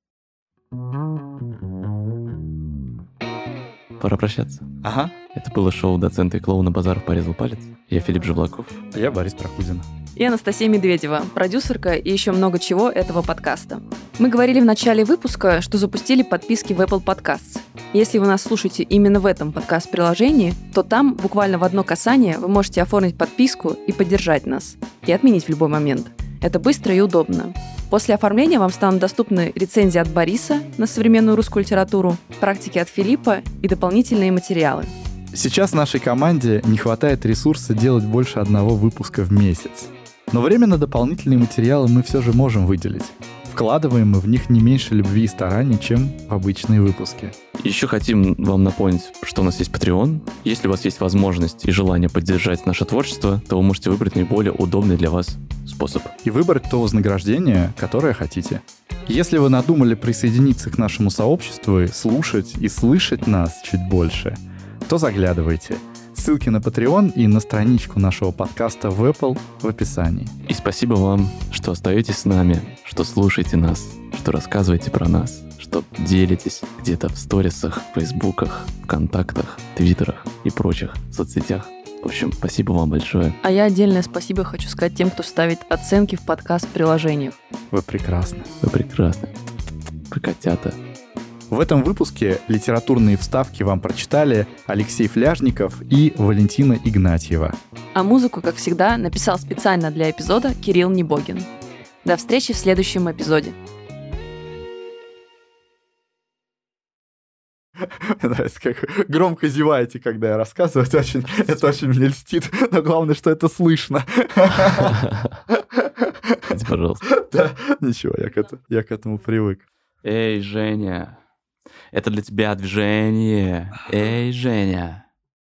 Speaker 2: Пора прощаться. Это было шоу «Доцента и клоуна Базаров порезал палец». Я Филипп Живлаков.
Speaker 1: Я Борис Прокудин.
Speaker 4: И Анастасия Медведева, продюсерка и еще много чего этого подкаста. Мы говорили в начале выпуска, что запустили подписки в Apple Podcasts. Если вы нас слушаете именно в этом подкаст-приложении, то там буквально в одно касание вы можете оформить подписку и поддержать нас. И отменить в любой момент. Это быстро и удобно. После оформления вам станут доступны рецензии от Бориса на современную русскую литературу, практики от Филиппа и дополнительные материалы.
Speaker 1: Сейчас нашей команде не хватает ресурса делать больше одного выпуска в месяц. Но время на дополнительные материалы мы все же можем выделить. Вкладываем мы в них не меньше любви и стараний, чем в обычные выпуски.
Speaker 2: Еще хотим вам напомнить, что у нас есть Patreon. Если у вас есть возможность и желание поддержать наше творчество, то вы можете выбрать наиболее удобный для вас способ.
Speaker 1: И выбрать то вознаграждение, которое хотите. Если вы надумали присоединиться к нашему сообществу, слушать и слышать нас чуть больше, то заглядывайте. Ссылки на Patreon и на страничку нашего подкаста в Apple в описании.
Speaker 2: И спасибо вам, что остаетесь с нами, что слушаете нас, что рассказываете про нас, что делитесь где-то в сторисах, фейсбуках, вконтактах, твиттерах и прочих соцсетях. В общем, спасибо вам большое.
Speaker 4: А я отдельное спасибо хочу сказать тем, кто ставит оценки в подкаст-приложениях.
Speaker 1: Вы прекрасны.
Speaker 2: Вы прекрасны. Вы котята.
Speaker 1: В этом выпуске литературные вставки вам прочитали Алексей Фляжников и Валентина Игнатьева.
Speaker 4: А музыку, как всегда, написал специально для эпизода Кирилл Небогин. До встречи в следующем эпизоде.
Speaker 1: Нравится, как громко зеваете, когда я рассказываю. Это очень мне льстит. Но главное, что это слышно.
Speaker 2: Пожалуйста.
Speaker 1: Да, ничего, я к этому привык.
Speaker 2: Эй, Женя, это для тебя движение. Эй, Женя.